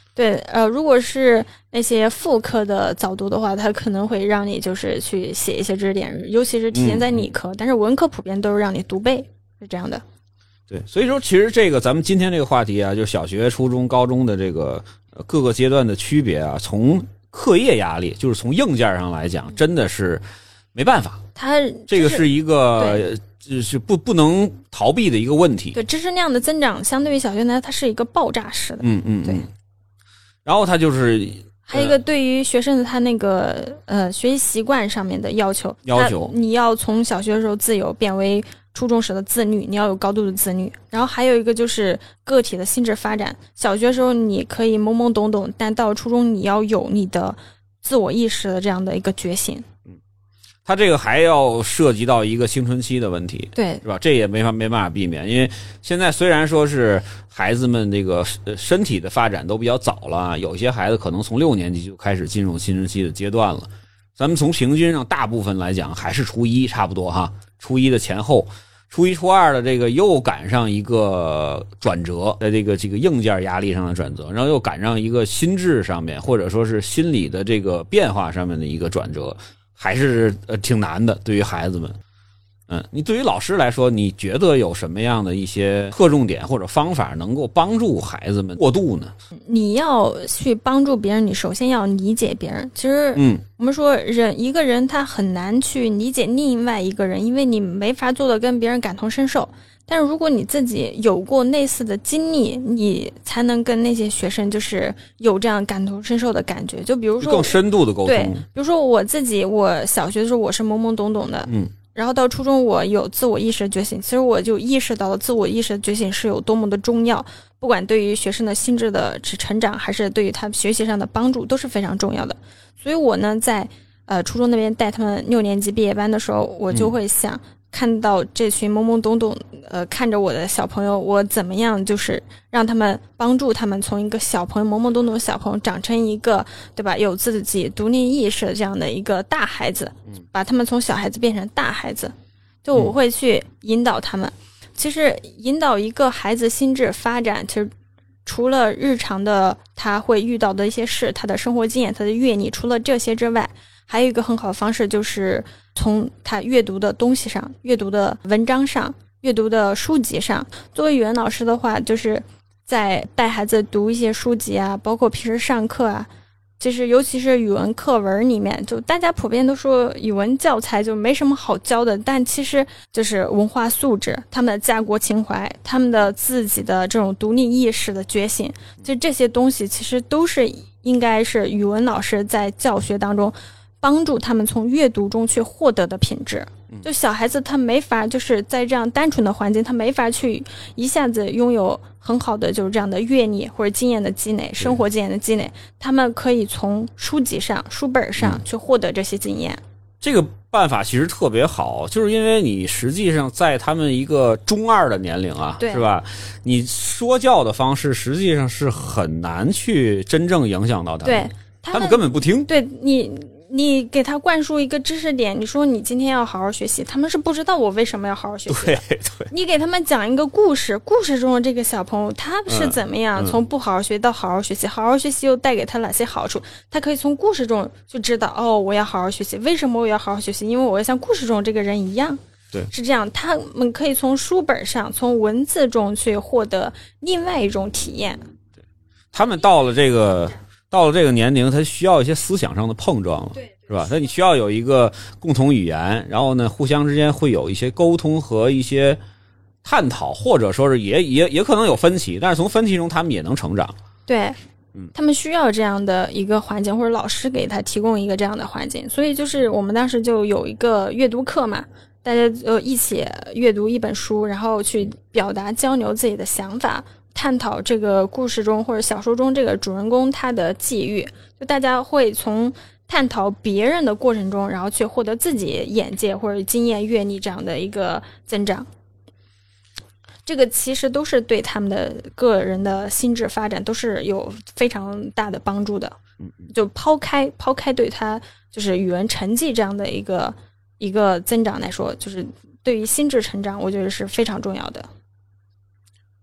对，呃，如果是那些副科的早读的话，它可能会让你就是去写一些知识点，尤其是体现在理科，嗯、但是文科普遍都是让你读背，是这样的。 对，所以说其实这个咱们今天这个话题啊，就是小学、初中、高中的这个各个阶段的区别啊，从课业压力，就是从硬件上来讲，真的是没办法。 它这个是一个就是不不能逃避的一个问题。 对，知识量的增长相对于小学呢，它是一个爆炸式的。 嗯嗯， 对。 然后它就是还有一个对于学生的他那个呃学习习惯上面的要求， 要求你要从小学的时候自由变为初中时的自律，你要有高度的自律。然后还有一个就是个体的心智发展，小学时候你可以懵懵懂懂，但到初中你要有你的自我意识的这样的一个觉醒。 他这个还要涉及到一个青春期的问题， 对， 是吧？这也没法没办法避免，因为现在虽然说是孩子们这个身体的发展都比较早了，有些孩子可能从六年级就开始进入青春期的阶段了。咱们从平均上大部分来讲，还是初一差不多哈，初一的前后，初一初二的这个又赶上一个转折，在这个这个硬件压力上的转折，然后又赶上一个心智上面或者说是心理的这个变化上面的一个转折。还是呃挺难的，对于孩子们。嗯，你对于老师来说，你觉得有什么样的一些侧重点或者方法能够帮助孩子们过渡呢？ 你要去帮助别人，你首先要理解别人。其实，嗯，我们说人一个人他很难去理解另外一个人，因为你没法做的跟别人感同身受。但是如果你自己有过类似的经历，你才能跟那些学生就是有这样感同身受的感觉。就比如说更深度的沟通。 对，比如说我自己，我小学的时候我是懵懵懂懂的，嗯，然后到初中我有自我意识的觉醒，其实我就意识到了自我意识的觉醒是有多么的重要，不管对于学生的心智的成长，还是对于他学习上的帮助，都是非常重要的。所以我呢，在呃初中那边带他们六年级毕业班的时候，我就会想。嗯看到这群懵懵懂懂呃看着我的小朋友，我怎么样就是让他们帮助他们从一个小朋友懵懵懂懂的小朋友长成一个对吧有自己独立意识这样的一个大孩子，把他们从小孩子变成大孩子，就我会去引导他们。其实引导一个孩子心智发展，其实除了日常的他会遇到的一些事，他的生活经验，他的阅历，除了这些之外，还有一个很好的方式，就是从他阅读的东西上，阅读的文章上，阅读的书籍上。作为语文老师的话，就是在带孩子读一些书籍啊，包括平时上课啊，其实尤其是语文课文里面，就大家普遍都说语文教材就没什么好教的，但其实就是文化素质，他们的家国情怀，他们的自己的这种独立意识的觉醒，就这些东西其实都是应该是语文老师在教学当中帮助他们从阅读中去获得的品质。就小孩子他没法就是在这样单纯的环境，他没法去一下子拥有很好的就是这样的阅历或者经验的积累，生活经验的积累，他们可以从书籍上书本上去获得这些经验。嗯， 这个办法其实特别好，就是因为你实际上在他们一个中二的年龄啊，是吧？你说教的方式实际上是很难去真正影响到他们， 对，他们他们根本不听。 对你。你给他灌输一个知识点，你说你今天要好好学习，他们是不知道我为什么要好好学习的。 对对。 你给他们讲一个故事，故事中的这个小朋友他是怎么样、嗯、从不好好学到好好学习，好好学习又带给他哪些好处，他可以从故事中就知道，哦，我要好好学习，为什么我要好好学习？因为我要像故事中这个人一样。 对， 是这样，他们可以从书本上从文字中去获得另外一种体验。 对，他们到了这个到了这个年龄，他需要一些思想上的碰撞了。 对， 是吧？那你需要有一个共同语言，然后呢，互相之间会有一些沟通和一些探讨，或者说是也也也可能有分歧，但是从分歧中他们也能成长。 对， 嗯， 他们需要这样的一个环境，或者老师给他提供一个这样的环境。所以就是我们当时就有一个阅读课嘛，大家呃一起阅读一本书，然后去表达交流自己的想法，探讨这个故事中或者小说中这个主人公他的际遇，就大家会从探讨别人的过程中，然后去获得自己眼界或者经验阅历这样的一个增长。这个其实都是对他们的个人的心智发展都是有非常大的帮助的。就抛开抛开对他就是语文成绩这样的一个一个增长来说，就是对于心智成长，我觉得是非常重要的。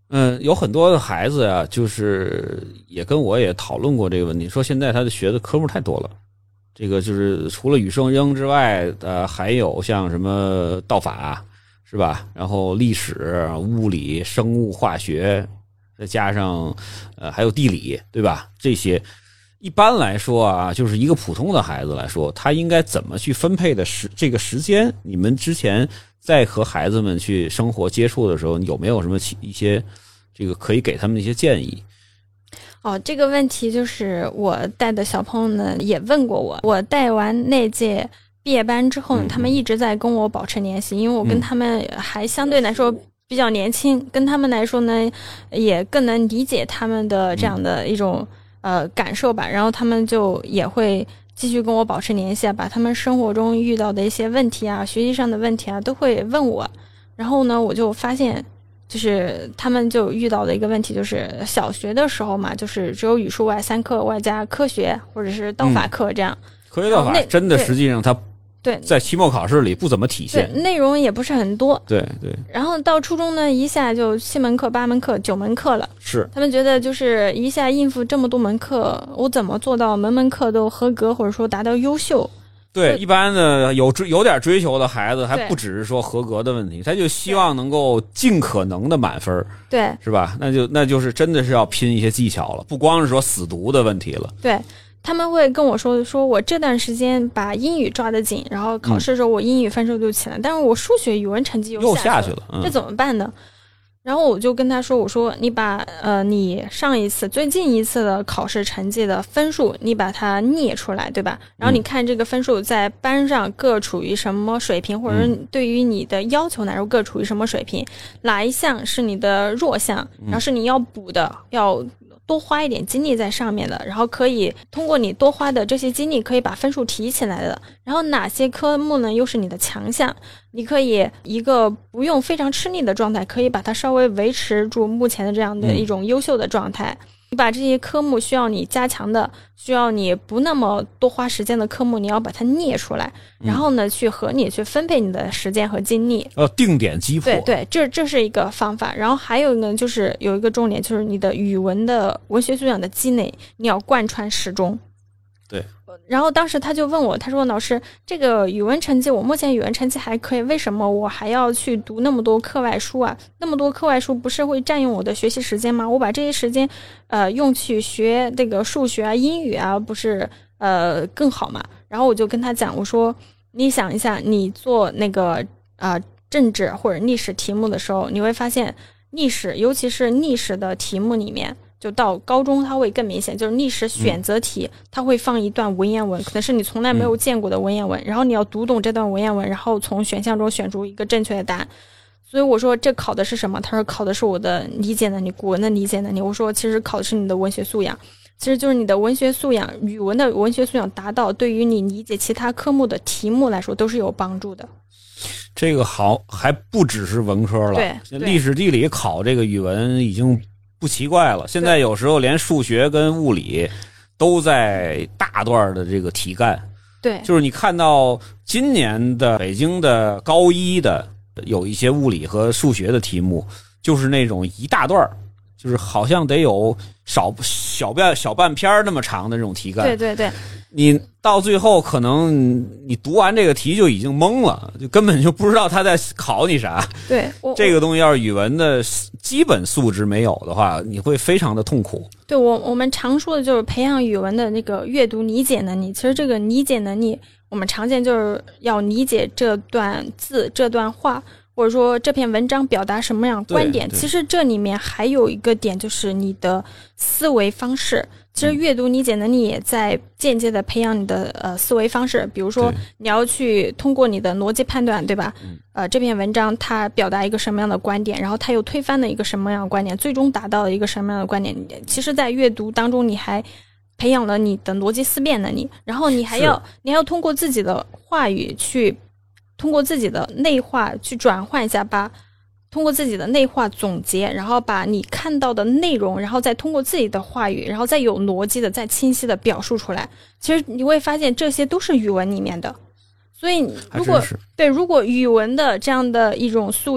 嗯，有很多的孩子呀、啊，就是也跟我也讨论过这个问题，说现在他的学的科目太多了。这个就是除了语数英之外，呃，还有像什么道法是吧？然后历史、物理、生物、化学，再加上呃还有地理，对吧？这些一般来说啊，就是一个普通的孩子来说，他应该怎么去分配的时这个时间？你们之前在和孩子们去生活接触的时候，有没有什么一些这个可以给他们的一些建议？ 哦，这个问题就是我带的小朋友呢也问过我。我带完那届毕业班之后呢， 嗯、 他们一直在跟我保持联系，因为我跟他们还相对来说比较年轻，嗯、跟他们来说呢也更能理解他们的这样的一种、嗯、呃感受吧。然后他们就也会继续跟我保持联系啊，把他们生活中遇到的一些问题啊、学习上的问题啊都会问我。然后呢，我就发现就是他们就遇到的一个问题，就是小学的时候嘛，就是只有语数外三课外加科学或者是道法课这样。 嗯、科学道法真的实际上它对在期末考试里不怎么体现， 对内容也不是很多。 对对。 然后到初中呢，一下就七门课、八门课、九门课了。 是。 他们觉得就是一下应付这么多门课，我怎么做到门门课都合格，或者说达到优秀？ 对，一般的有追有点追求的孩子，还不只是说合格的问题，他就希望能够尽可能的满分， 对， 是吧？那就那就是真的是要拼一些技巧了，不光是说死读的问题了。 对，他们会跟我说，说我这段时间把英语抓得紧，然后考试的时候我英语分数就起来，嗯、但是我数学、语文成绩又又下去了， 嗯、这怎么办呢？然后我就跟他说，我说你把呃你上一次最近一次的考试成绩的分数你把它列出来，对吧？然后你看这个分数在班上各处于什么水平，或者对于你的要求来说各处于什么水平，哪一项是你的弱项，然后是你要补的，要多花一点精力在上面的，然后可以通过你多花的这些精力可以把分数提起来的，然后哪些科目呢又是你的强项，你可以一个不用非常吃力的状态，可以把它稍微维持住目前的这样的一种优秀的状态。嗯，你把这些科目需要你加强的，需要你不那么多花时间的科目，你要把它列出来，然后呢，去和你去分配你的时间和精力。 呃，定点击破。 对对，这这是一个方法。然后还有一个就是有一个重点，就是你的语文的文学素养的积累，你要贯穿始终。 对。 然后当时他就问我，他说老师，这个语文成绩我目前语文成绩还可以，为什么我还要去读那么多课外书啊？那么多课外书不是会占用我的学习时间吗？我把这些时间呃用去学这个数学啊、英语啊，不是呃更好吗？然后我就跟他讲，我说你想一下，你做那个啊、呃、政治或者历史题目的时候，你会发现历史，尤其是历史的题目里面，就到高中它会更明显，就是历史选择题，嗯、它会放一段文言文，可能是你从来没有见过的文言文，嗯、然后你要读懂这段文言文，然后从选项中选出一个正确的答案。所以我说这考的是什么？他说考的是我的理解能力，古文的理解能力。我说其实考的是你的文学素养，其实就是你的文学素养，语文的文学素养达到，对于你理解其他科目的题目来说都是有帮助的。 这个好还不只是文科了， 对， 历史地理考这个语文已经不奇怪了，现在有时候连数学跟物理都在大段的这个题干。 对， 就是你看到今年的北京的高一的有一些物理和数学的题目，就是那种一大段，就是好像得有少小半小半篇那么长的这种题干。 对对对， 你到最后可能你读完这个题就已经懵了，就根本就不知道他在考你啥。 对， 这个东西要是语文的基本素质没有的话，你会非常的痛苦。 对，我我们常说的就是培养语文的那个阅读理解能力。其实这个理解能力，我们常见就是要理解这段字、这段话，或者说这篇文章表达什么样的观点。其实这里面还有一个点，就是你的思维方式。其实阅读理解能力也在间接的培养你的呃思维方式。比如说你要去通过你的逻辑判断，对吧？呃，这篇文章它表达一个什么样的观点，然后它又推翻了一个什么样的观点，最终达到了一个什么样的观点。其实在阅读当中你还培养了你的逻辑思辨能力，然后你还要你还要通过自己的话语去通过自己的内化去转换一下，把通过自己的内化总结，然后把你看到的内容，然后再通过自己的话语，然后再有逻辑的再清晰的表述出来。其实你会发现这些都是语文里面的。所以如果对如果语文的这样的一种素养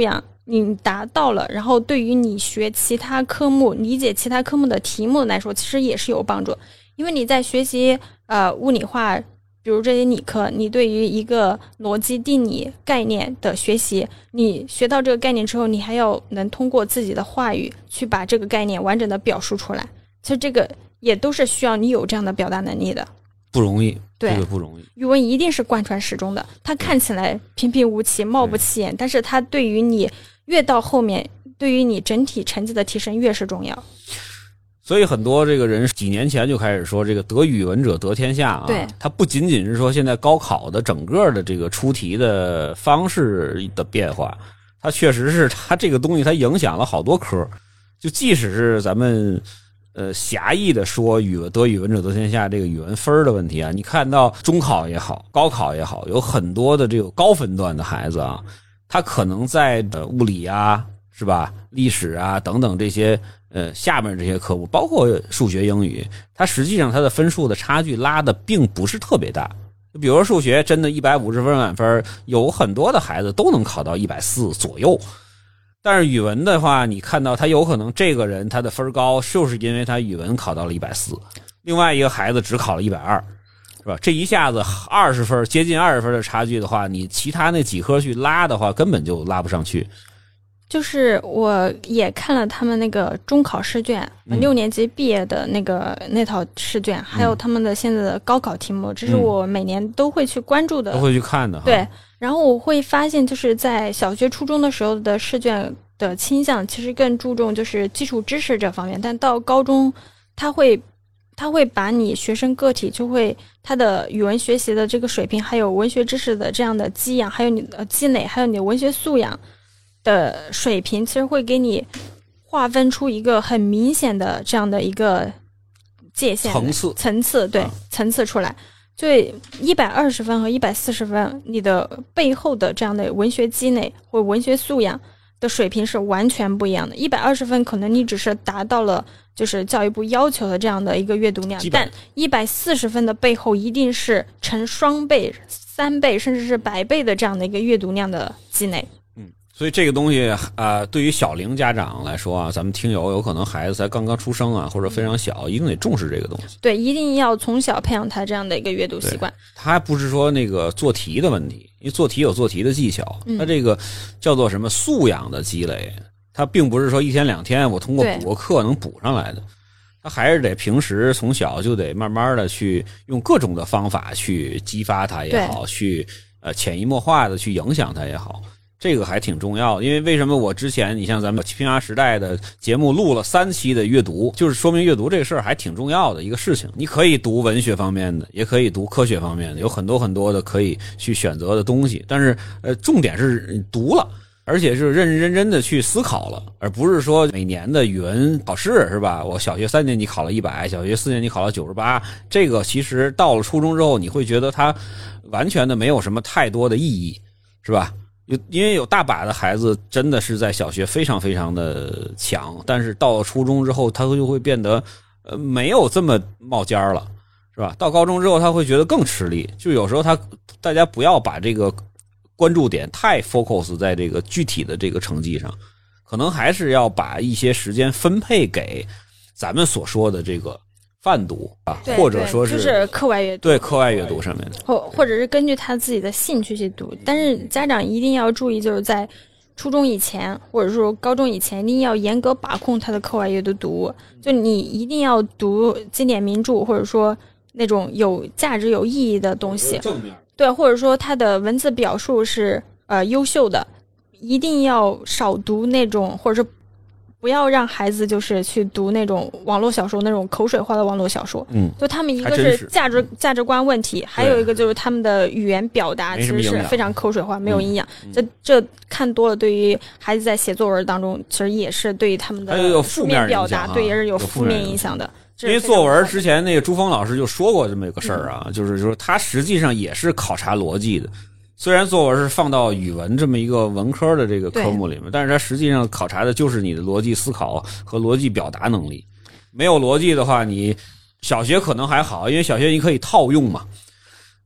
你达到了，然后对于你学其他科目、理解其他科目的题目来说，其实也是有帮助。因为你在学习呃物理化，比如这些理科，你对于一个逻辑定理概念的学习，你学到这个概念之后，你还要能通过自己的话语去把这个概念完整的表述出来。其实这个也都是需要你有这样的表达能力的， 不容易， 对， 这个不容易。 语文一定是贯穿始终的，它看起来平平无奇、貌不起眼，但是它对于你越到后面，对于你整体成绩的提升越是重要。 所以很多这个人几年前就开始说这个得语文者得天下啊， 对， 它不仅仅是说现在高考的整个的这个出题的方式的变化，它确实是它这个东西它影响了好多科。就即使是咱们呃狭义的说语文得语文者得天下这个语文分的问题啊，你看到中考也好，高考也好，有很多的这个高分段的孩子啊，他可能在呃物理啊，是吧，历史啊等等这些呃，下面这些科目，包括数学、英语，它实际上它的分数的差距拉的并不是特别大。比如说数学，真的一百五十分满分，有很多的孩子都能考到一百四左右。但是语文的话，你看到他有可能这个人他的分高，就是因为他语文考到了一百四，另外一个孩子只考了一百二，是吧？这一下子二十分，接近二十分的差距的话，你其他那几科去拉的话，根本就拉不上去。 就是我也看了他们那个中考试卷， 嗯、 六年级毕业的那个那套试卷，还有他们的现在的高考题目，这是我每年都会去关注的， 都会去看的。 对，然后我会发现，就是在小学、初中的时候的试卷的倾向，其实更注重就是基础知识这方面，但到高中，他会他会把你学生个体就会他的语文学习的这个水平，还有文学知识的这样的积养，还有你的积累，还有你的文学素养的水平，其实会给你划分出一个很明显的这样的一个界限层次层次对、啊、层次出来。所以一百二十分和一百四十分，你的背后的这样的文学积累或文学素养的水平是完全不一样的。一百二十分可能你只是达到了就是教育部要求的这样的一个阅读量，但一百四十分的背后一定是成双倍、三倍甚至是百倍的这样的一个阅读量的积累。 所以这个东西啊、呃，对于小龄家长来说啊，咱们听友有可能孩子才刚刚出生啊，或者非常小，一定得重视这个东西。 对，一定要从小培养他这样的一个阅读习惯。 他不是说那个做题的问题，因为做题有做题的技巧，他这个叫做什么素养的积累，他并不是说一天两天我通过补个课能补上来的，他还是得平时从小就得慢慢的去用各种的方法去激发他也好，去呃潜移默化的去影响他也好。这个还挺重要的，因为为什么我之前你像咱们青芽时代的节目录了三期的阅读，就是说明阅读这个事儿还挺重要的一个事情。你可以读文学方面的，也可以读科学方面的，有很多很多的可以去选择的东西。但是呃，重点是读了，而且是认认真真的去思考了，而不是说每年的语文考试是吧？我小学三年级考了一百，小学四年级考了九十八，这个其实到了初中之后，你会觉得它完全的没有什么太多的意义，是吧？因为有大把的孩子真的是在小学非常非常的强，但是到了初中之后他就会变得呃没有这么冒尖了，是吧？到高中之后他会觉得更吃力，就有时候他大家不要把这个关注点太 focus 在这个具体的这个成绩上，可能还是要把一些时间分配给咱们所说的这个泛读啊，或者说是就是课外阅读， 对课外阅读上面的， 或或者是根据他自己的兴趣去读。但是家长一定要注意，就是在初中以前或者说高中以前，一定要严格把控他的课外阅读读物。就你一定要读经典名著，或者说那种有价值、有意义的东西， 正面对，或者说他的文字表述是呃优秀的，一定要少读那种，或者是不要让孩子就是去读那种网络小说，那种口水化的网络小说。 嗯， 就他们一个是价值价值观问题，还有一个就是他们的语言表达其实是非常口水化，没有营养。嗯、这这看多了，对于孩子在写作文当中，其实也是对于他们的书面表达，对也是有负面影响的。 因为作文之前那个朱峰老师就说过这么一个事儿啊，嗯、就是说他实际上也是考察逻辑的。虽然作文是放到语文这么一个文科的这个科目里面，但是它实际上考察的就是你的逻辑思考和逻辑表达能力。没有逻辑的话，你小学可能还好，因为小学你可以套用嘛。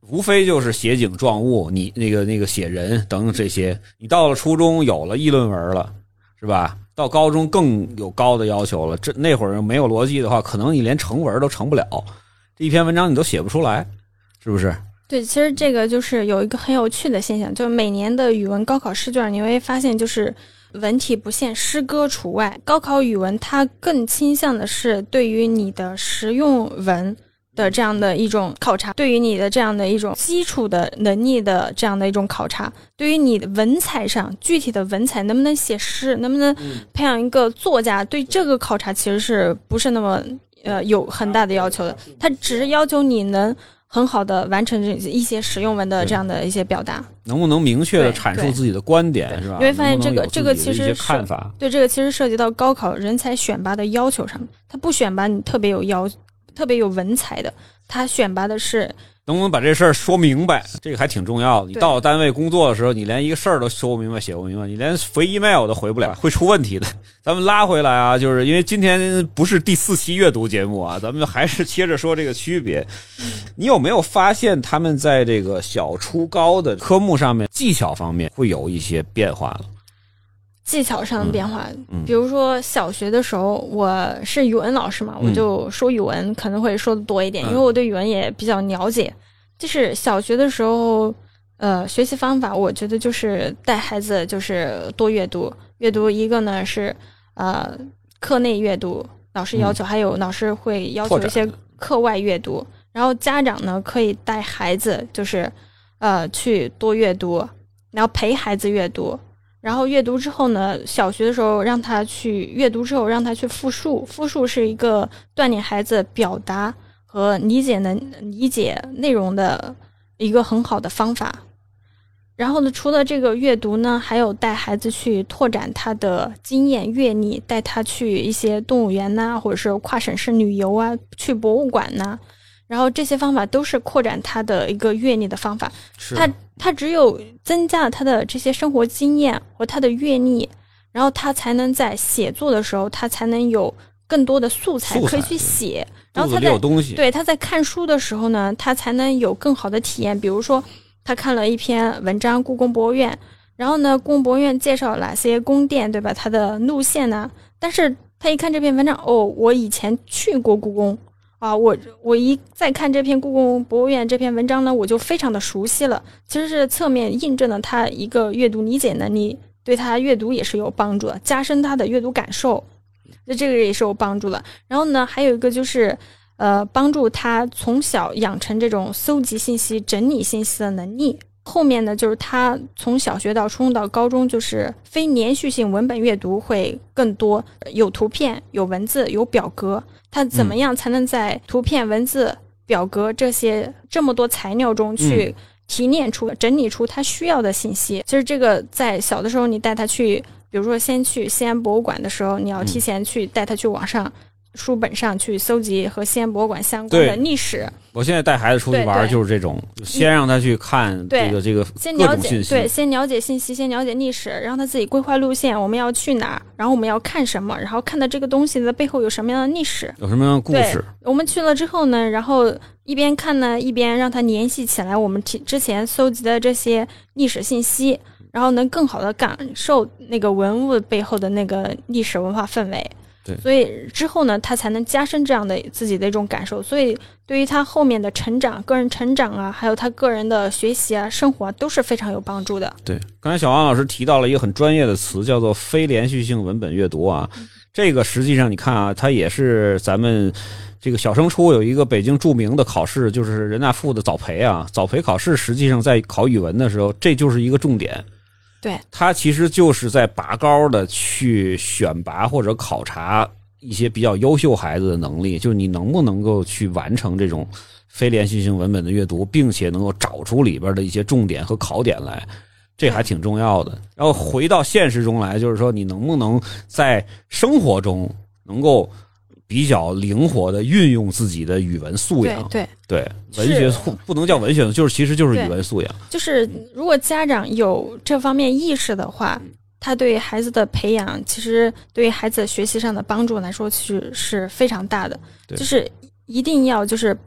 无非就是写景状物，你那个那个写人等等这些。你到了初中有了议论文了，是吧？到高中更有高的要求了。这那会儿没有逻辑的话，可能你连成文都成不了，这一篇文章你都写不出来，是不是？ 对，其实这个就是有一个很有趣的现象，就每年的语文高考试卷，你会发现就是文体不限，诗歌除外。高考语文它更倾向的是对于你的实用文的这样的一种考察，对于你的这样的一种基础的能力的这样的一种考察，对于你的文采上具体的文采能不能写诗，能不能培养一个作家，对这个考察其实是不是那么呃有很大的要求的，它只是要求你能很好的完成一些实用文的这样的一些表达， 能不能明确的阐述自己的观点，是吧？ 你会发现这个这个其实看法， 对，这个其实涉及到高考人才选拔的要求上面，他不选拔你特别有要特别有文采的，他选拔的是能不能把这事儿说明白，这个还挺重要的。你到了单位工作的时候，你连一个事儿都说不明白写不明白，你连回 email 都回不了，会出问题的。咱们拉回来啊，就是因为今天不是第四期阅读节目啊，咱们还是接着说这个区别。你有没有发现他们在这个小初高的科目上面技巧方面会有一些变化了？ 技巧上的变化、 嗯嗯、 比如说小学的时候我是语文老师嘛、嗯、我就说语文可能会说的多一点、嗯、因为我对语文也比较了解。就是小学的时候呃，学习方法我觉得就是带孩子就是多阅读，阅读一个呢是呃课内阅读老师要求、嗯、还有老师会要求一些课外阅读，然后家长呢可以带孩子就是呃去多阅读，然后陪孩子阅读，然后阅读之后呢，小学的时候让他去阅读之后让他去复述，复述是一个锻炼孩子表达和理解能理解内容的一个很好的方法。然后呢，除了这个阅读呢，还有带孩子去拓展他的经验阅历，带他去一些动物园呐、啊，或者是跨省市旅游啊，去博物馆呐、啊。然后这些方法都是扩展他的一个阅历的方法。他他只有增加了他的这些生活经验和他的阅历，然后他才能在写作的时候，他才能有更多的素材可以去写。然后他在有东西对他在看书的时候呢，他才能有更好的体验。比如说，他看了一篇文章，故宫博物院，然后呢，故宫博物院介绍哪些宫殿，对吧？它的路线呢？但是他一看这篇文章，哦，我以前去过故宫。啊，我我一再看这篇故宫博物院这篇文章呢，我就非常的熟悉了。其实是侧面印证了他一个阅读理解能力，对他阅读也是有帮助的，加深他的阅读感受，那这个也是有帮助的。然后呢，还有一个就是呃，帮助他从小养成这种搜集信息、整理信息的能力。后面呢，就是他从小学到初中到高中，就是非连续性文本阅读会更多，有图片、有文字、有表格。他怎么样才能在图片、文字、表格这些这么多材料中去提炼出、整理出他需要的信息？其实这个在小的时候，你带他去，比如说先去西安博物馆的时候，你要提前去带他去网上书本上去搜集和西安博物馆相关的历史。 我现在带孩子出去玩就是这种，先让他去看这个这个各种信息， 对，先了解信息，先了解历史，让他自己规划路线，我们要去哪，然后我们要看什么，然后看到这个东西的背后有什么样的历史， 有什么样的故事。 我们去了之后呢，然后一边看呢，一边让他联系起来我们之前搜集的这些历史信息，然后能更好的感受那个文物背后的那个历史文化氛围。 对， 所以之后呢，他才能加深这样的自己的一种感受。所以对于他后面的成长、个人成长啊，还有他个人的学习啊、生活啊，都是非常有帮助的。 对，刚才小王老师提到了一个很专业的词，叫做非连续性文本阅读啊。嗯、这个实际上你看啊，它也是咱们这个小升初有一个北京著名的考试，就是人大附的早培啊。早培考试实际上在考语文的时候，这就是一个重点。 对， 它其实就是在拔高的去选拔或者考察一些比较优秀孩子的能力，就是你能不能够去完成这种非连续性文本的阅读，并且能够找出里边的一些重点和考点来，这还挺重要的。然后回到现实中来，就是说你能不能在生活中能够比较灵活的运用自己的语文素养。 对对对，文学不能叫文学，就是其实就是语文素养。 就是如果家长有这方面意识的话，他对孩子的培养，其实对于孩子学习上的帮助来说，其实是非常大的。就是一定要就是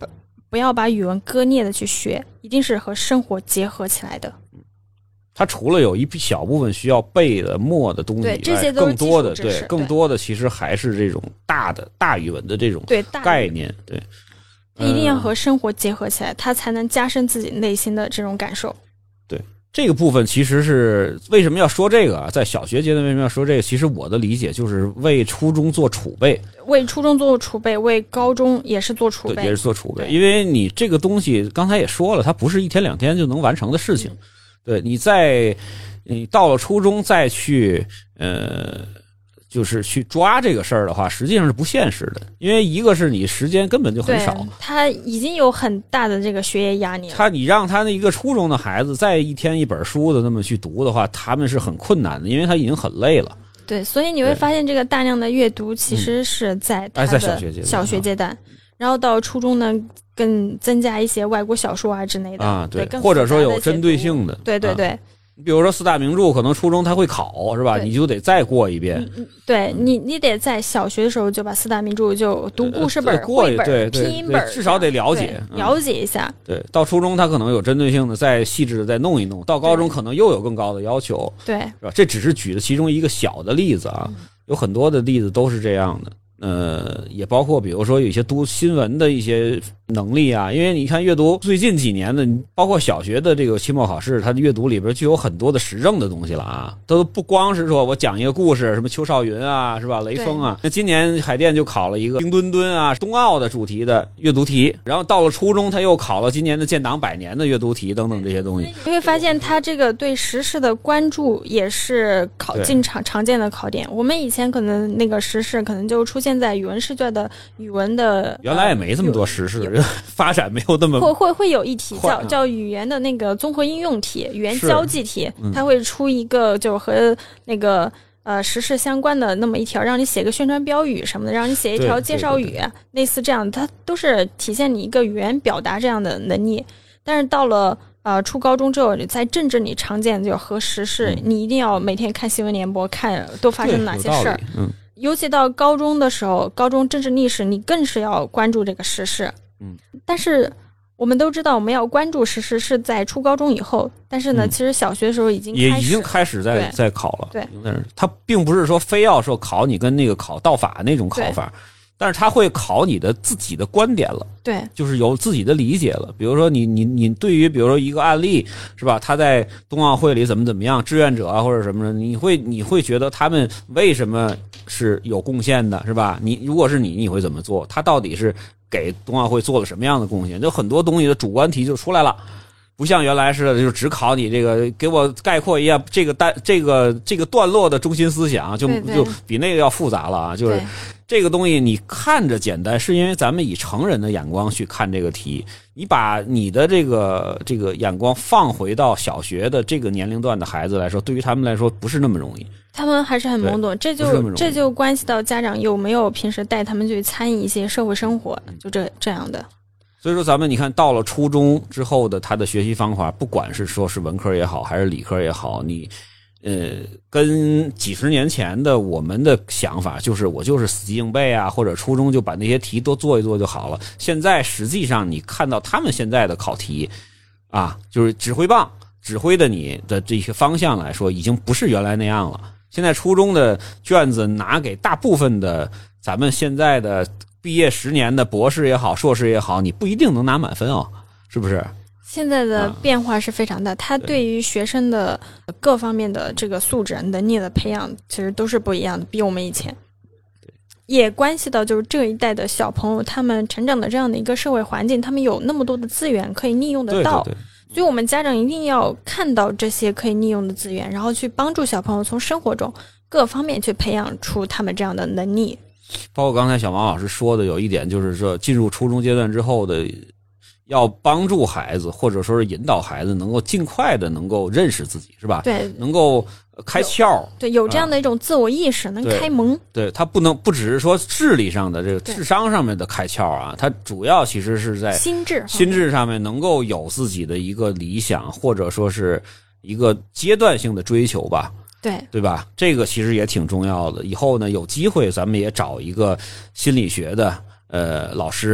不要把语文割裂的去学，一定是和生活结合起来的。 它除了有一小部分需要背的默的东西以外， 对，这些都是更多的基础知识对，更多的其实还是这种大的大语文的这种对概念，对， 它一定要和生活结合起来，它才能加深自己内心的这种感受。 对，这个部分其实是为什么要说这个啊？在小学阶段为什么要说这个？其实我的理解就是为初中做储备， 为初中做储备，为高中也是做储备， 对，也是做储备。因为你这个东西刚才也说了，它不是一天两天就能完成的事情。嗯，对，你在你到了初中再去呃，就是去抓这个事儿的话，实际上是不现实的，因为一个是你时间根本就很少， 他已经有很大的这个学业压力了。 他你让他那一个初中的孩子再一天一本书的那么去读的话，他们是很困难的，因为他已经很累了。 对，所以你会发现这个大量的阅读其实是在他的小学阶段，然后到初中呢，更增加一些外国小说啊之类的啊，对， 对， 或者说有针对性的， 对对对。啊， 比如说四大名著，可能初中他会考，是吧？你就得再过一遍。 对你，你得在小学的时候就把四大名著就读故事本、 呃、绘本、 对拼音本， 至少得了解、 嗯、了解一下。 对，到初中他可能有针对性的，再细致的再弄一弄。到高中可能又有更高的要求， 对， 是吧？这只是举的其中一个小的例子啊，有很多的例子都是这样的。呃，也包括比如说有一些读新闻的一些能力啊，因为你看阅读最近几年的，包括小学的这个期末考试，它的阅读里边就有很多的时政的东西了啊，都不光是说我讲一个故事，什么邱少云啊，是吧？雷锋啊，那今年海淀就考了一个冰墩墩啊，冬奥的主题的阅读题，然后到了初中他又考了今年的建党百年的阅读题等等这些东西。 你会发现他这个对时事的关注也是考经常常见的考点。我们以前可能那个时事可能就出现现在语文试卷的语文的原来也没这么多时事、呃、发展没有那么会会会有一题叫叫语言的那个综合应用题，语言交际题， 嗯、 它会出一个就和那个呃时事相关的那么一条，让你写个宣传标语什么的，让你写一条介绍语， 对对对类似这样，它都是体现你一个语言表达这样的能力。但是到了呃初高中之后，在政治里常见就和时事、嗯，你一定要每天看新闻联播，看都发生哪些事儿。 嗯。 尤其到高中的时候，高中政治历史你更是要关注这个时事。 嗯， 但是我们都知道，我们要关注时事是在初高中以后。但是呢，嗯、其实小学的时候已经开始也已经开始在在考了。 对， 它并不是说非要说考你跟那个考道法那种考法，但是它会考你的自己的观点了。 对， 就是有自己的理解了。比如说你你你对于比如说一个案例是吧，他在冬奥会里怎么怎么样，志愿者啊或者什么的，你会你会觉得他们为什么是有贡献的，是吧？你如果是你，你会怎么做？他到底是给冬奥会做了什么样的贡献？就很多东西的主观题就出来了。不像原来似的，就只考你这个，给我概括一下这个单这个这个段落的中心思想，就对对就比那个要复杂了啊！就是这个东西你看着简单，是因为咱们以成人的眼光去看这个题，你把你的这个这个眼光放回到小学的这个年龄段的孩子来说，对于他们来说不是那么容易。 他们还是很懵懂，这就这就关系到家长有没有平时带他们去参与一些社会生活，就这这样的。 所以说咱们你看到了初中之后的他的学习方法，不管是说是文科也好还是理科也好，你呃跟几十年前的我们的想法就是我就是死记硬背啊，或者初中就把那些题多做一做就好了。现在实际上你看到他们现在的考题啊，就是指挥棒指挥的你的这些方向来说已经不是原来那样了。现在初中的卷子拿给大部分的咱们现在的毕业十年的博士也好硕士也好，你不一定能拿满分哦，是不是？ 现在的变化是非常大，它、啊、对于学生的各方面的这个素质能力的培养其实都是不一样的，比我们以前也关系到就是这一代的小朋友他们成长的这样的一个社会环境，他们有那么多的资源可以利用得到， 对对对， 所以我们家长一定要看到这些可以利用的资源，然后去帮助小朋友从生活中各方面去培养出他们这样的能力。 包括刚才小王老师说的有一点，就是说进入初中阶段之后的要帮助孩子或者说是引导孩子能够尽快的能够认识自己，是吧？ 对， 能够开窍， 对，有这样的一种自我意识、啊、能开蒙。 对，他不能不只是说智力上的这个智商上面的开窍啊，他主要其实是在心智心智上面能够有自己的一个理想，或者说是一个阶段性的追求吧。 对对吧？这个其实也挺重要的。以后呢，有机会咱们也找一个心理学的呃老师，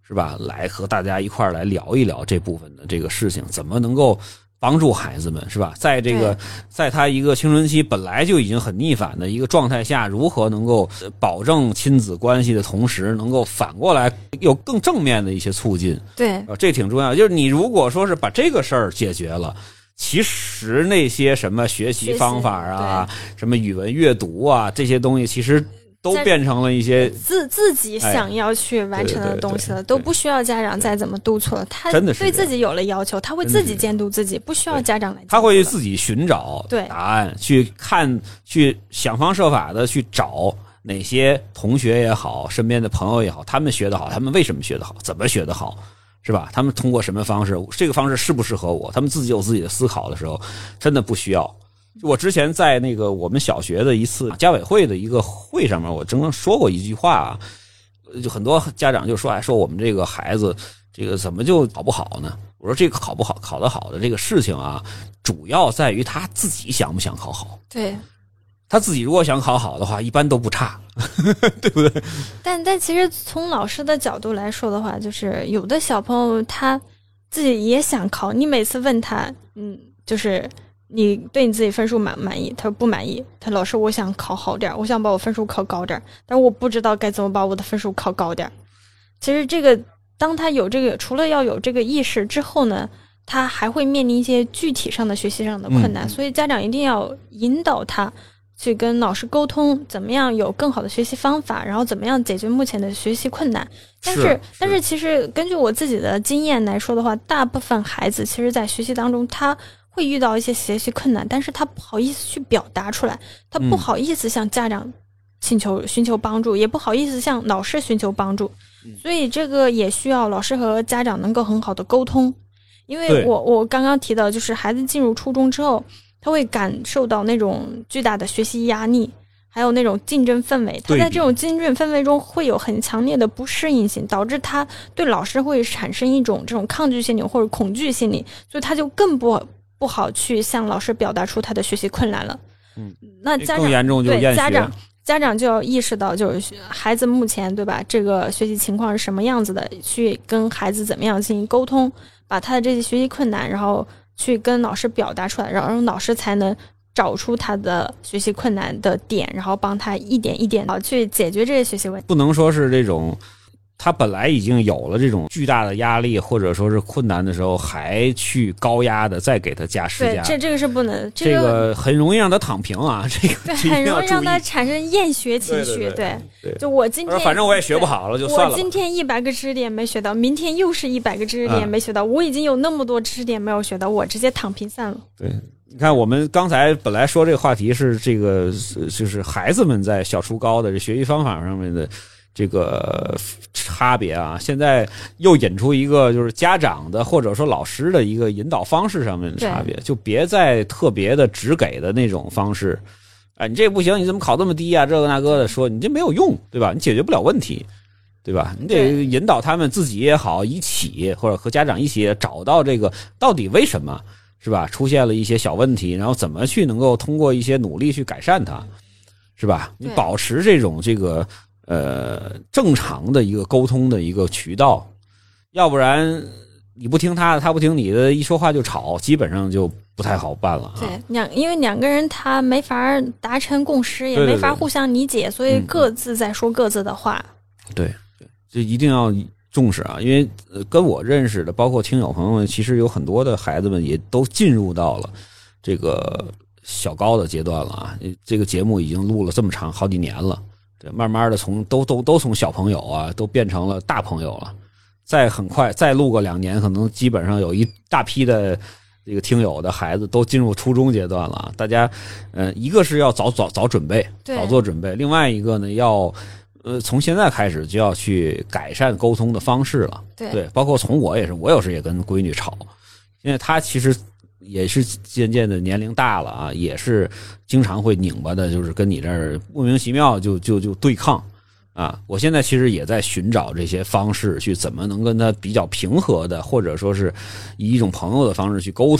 是吧？来和大家一块儿来聊一聊这部分的这个事情，怎么能够帮助孩子们，是吧？在这个在他一个青春期本来就已经很逆反的一个状态下，如何能够保证亲子关系的同时，能够反过来有更正面的一些促进？ 对， 呃，这挺重要。就是你如果说是把这个事儿解决了，其实那些什么学习方法啊，什么语文阅读啊，这些东西其实都变成了一些自自己想要去完成的东西了，哎、对对对对都不需要家长再怎么督促了。他对自己有了要求，他会自己监督自己，不需要家长来。 他会自己寻找答案，去看，去想方设法的去找哪些同学也好，身边的朋友也好，他们学得好，他们为什么学得好，怎么学得好，是吧？他们通过什么方式，这个方式适不适合我？他们自己有自己的思考的时候，真的不需要。我之前在那个我们小学的一次家委会的一个会上面，我正说过一句话啊，就很多家长就说，哎，说我们这个孩子这个怎么就考不好呢？我说这个考不好、考得好的这个事情啊，主要在于他自己想不想考好。 对， 他自己如果想考好的话，一般都不差，对不对？ 但但其实从老师的角度来说的话，就是有的小朋友他自己也想考，你每次问他，嗯，就是你对你自己分数满满意？他说不满意。他老师，我想考好点，我想把我分数考高点，但是我不知道该怎么把我的分数考高点。其实这个，当他有这个，除了要有这个意识之后呢，他还会面临一些具体上的学习上的困难，嗯、所以家长一定要引导他去跟老师沟通，怎么样有更好的学习方法，然后怎么样解决目前的学习困难。但是，是但是其实根据我自己的经验来说的话，大部分孩子其实在学习当中，他会遇到一些学习困难，但是他不好意思去表达出来，他不好意思向家长请求寻求帮助，也不好意思向老师寻求帮助，所以这个也需要老师和家长能够很好的沟通。因为我我刚刚提到，就是孩子进入初中之后，他会感受到那种巨大的学习压力，还有那种竞争氛围，他在这种竞争氛围中会有很强烈的不适应性，导致他对老师会产生一种这种抗拒心理或者恐惧心理，所以他就更不不好去向老师表达出他的学习困难了。嗯，那家长更严重就厌学。 对家长家长就要意识到，就是孩子目前对吧，这个学习情况是什么样子的，去跟孩子怎么样进行沟通，把他的这些学习困难，然后去跟老师表达出来，然后老师才能找出他的学习困难的点，然后帮他一点一点的去解决这些学习问题。 不能说是这种他本来已经有了这种巨大的压力或者说是困难的时候，还去高压的再给他加施加， 对，这这个是不能， 这个、这个很容易让他躺平啊，这个对，很容易让他产生厌学情绪。 对对对对对，就我今天反正我也学不好了，就算了。 我今天一百个知识点没学到，明天又是一百个知识点没学到、嗯，我已经有那么多知识点没有学到，我直接躺平算了。 对。你看，我们刚才本来说这个话题是这个，就是孩子们在小初高的这学习方法上面的这个差别啊，现在又引出一个就是家长的或者说老师的一个引导方式上面的差别，就别再特别的只给的那种方式。哎，你这不行，你怎么考这么低啊？这个那个的说，你这没有用，对吧？你解决不了问题，对吧？你得引导他们自己也好，一起或者和家长一起找到这个到底为什么。是吧？出现了一些小问题，然后怎么去能够通过一些努力去改善它，是吧？你保持这种这个呃正常的一个沟通的一个渠道，要不然你不听他的，他不听你的，一说话就吵，基本上就不太好办了、啊。 对，两因为两个人他没法达成共识，也没法互相理解，对对对，所以各自在说各自的话。 嗯、对，就一定要重视啊，因为跟我认识的包括听友朋友们，其实有很多的孩子们也都进入到了这个小高的阶段了啊。这个节目已经录了这么长好几年了，对，慢慢的从都都都从小朋友啊都变成了大朋友了。再很快再录个两年，可能基本上有一大批的这个听友的孩子都进入初中阶段了。大家呃一个是要早早早准备，早做准备，另外一个呢要呃，从现在开始就要去改善沟通的方式了。 对， 对，包括从我也是，我有时也跟闺女吵，因为她其实也是渐渐的年龄大了啊，也是经常会拧巴的，就是跟你这儿莫名其妙就就就对抗啊。我现在其实也在寻找这些方式，去怎么能跟她比较平和的，或者说是以一种朋友的方式去沟通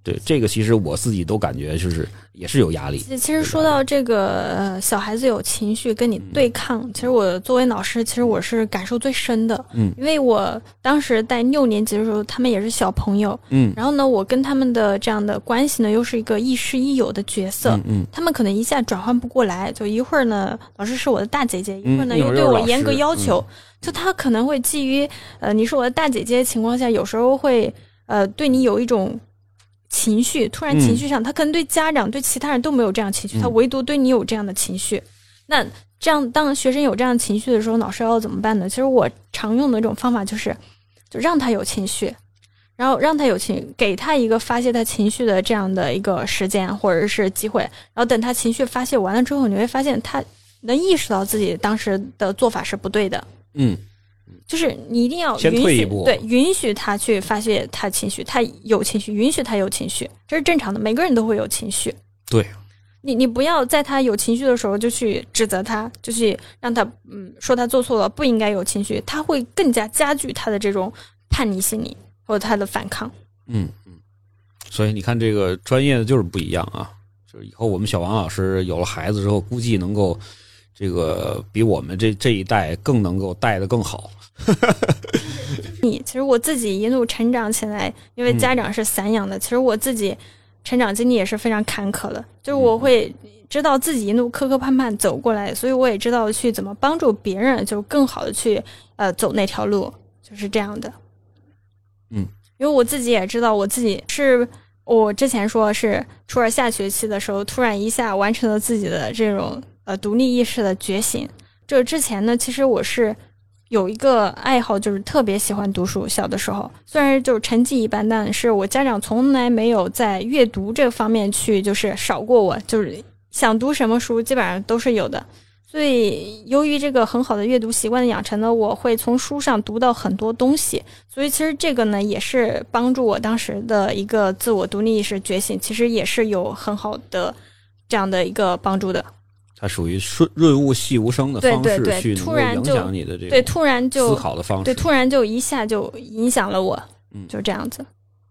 对，这个其实我自己都感觉就是也是有压力。 其实说到这个，呃，小孩子有情绪跟你对抗，嗯、其实我作为老师，其实我是感受最深的。嗯，因为我当时带六年级的时候，他们也是小朋友。嗯，然后呢，我跟他们的这样的关系呢，又是一个亦师亦友的角色。嗯嗯，他们可能一下转换不过来，就一会儿呢，老师是我的大姐姐，一会儿呢、嗯、又对我严格要求。嗯、就他可能会基于呃你是我的大姐姐的情况下，有时候会呃对你有一种。情绪突然情绪上、嗯、他可能对家长对其他人都没有这样情绪、嗯、他唯独对你有这样的情绪。那这样当学生有这样的情绪的时候，老师要怎么办呢？其实我常用的一种方法就是就让他有情绪，然后让他有情给他一个发泄他情绪的这样的一个时间或者是机会，然后等他情绪发泄完了之后，你会发现他能意识到自己当时的做法是不对的。嗯，就是你一定要允许，对，允许他去发泄他情绪，他有情绪，允许他有情绪，这是正常的，每个人都会有情绪。 对， 你你不要在他有情绪的时候就去指责他，就去让他嗯说他做错了，不应该有情绪，他会更加加剧他的这种叛逆心理或者他的反抗。 嗯嗯，所以你看这个专业的就是不一样啊，就是以后我们小王老师有了孩子之后，估计能够这个比我们这这一代更能够带得更好。 你其实我自己一路成长起来，因为家长是散养的、嗯、其实我自己成长经历也是非常坎坷的，就是我会知道自己一路磕磕绊绊走过来，所以我也知道去怎么帮助别人，就更好的去呃走那条路，就是这样的。 嗯， 因为我自己也知道我自己是我之前说是初二下学期的时候突然一下完成了自己的这种呃独立意识的觉醒。这之前呢，其实我是有一个爱好，就是特别喜欢读书。小的时候虽然就是成绩一般，但是我家长从来没有在阅读这方面去就是少过我，就是想读什么书基本上都是有的。所以由于这个很好的阅读习惯的养成呢，我会从书上读到很多东西，所以其实这个呢也是帮助我当时的一个自我独立意识觉醒，其实也是有很好的这样的一个帮助的。 它属于润润物细无声的方式去能够影响你的这个突然就思考的方式， 对，突然就一下就影响了我，嗯，就这样子。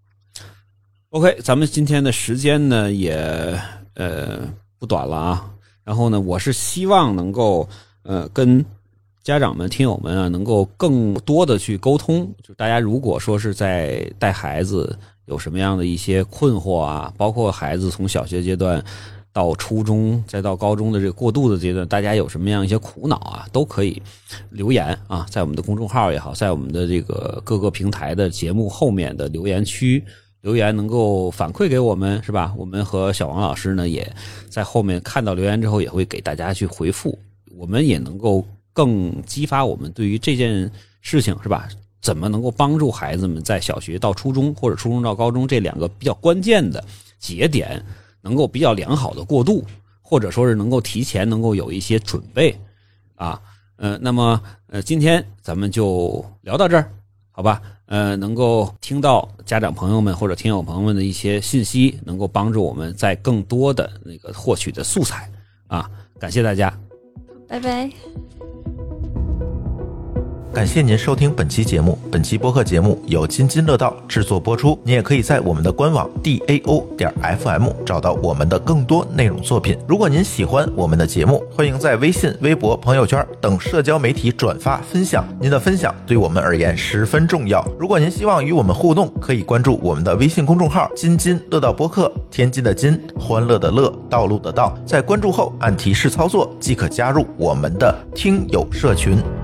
OK， 咱们今天的时间呢也呃不短了啊。然后呢，我是希望能够呃跟家长们、听友们啊，能够更多的去沟通。就大家如果说是在带孩子有什么样的一些困惑啊，包括孩子从小学阶段到初中再到高中的这个过渡的阶段，大家有什么样一些苦恼啊，都可以留言啊，在我们的公众号也好，在我们的这个各个平台的节目后面的留言区留言，能够反馈给我们，是吧？我们和小王老师呢也在后面看到留言之后，也会给大家去回复，我们也能够更激发我们对于这件事情，是吧？怎么能够帮助孩子们在小学到初中或者初中到高中这两个比较关键的节点能够比较良好的过渡，或者说是能够提前能够有一些准备啊。呃，那么呃，今天咱们就聊到这儿，好吧？呃，能够听到家长朋友们或者听友朋友们的一些信息，能够帮助我们在更多的那个获取的素材啊。感谢大家， 拜拜。 感谢您收听本期节目，本期播客节目由津津乐道制作播出。你也可以在我们的官网 D A O 点 F M 找到我们的更多内容作品。如果您喜欢我们的节目，欢迎在微信、微博、朋友圈等社交媒体转发分享，您的分享对我们而言十分重要。如果您希望与我们互动，可以关注我们的微信公众号津津乐道播客，天津的津，欢乐的乐，道路的道。在关注后按提示操作即可加入我们的听友社群。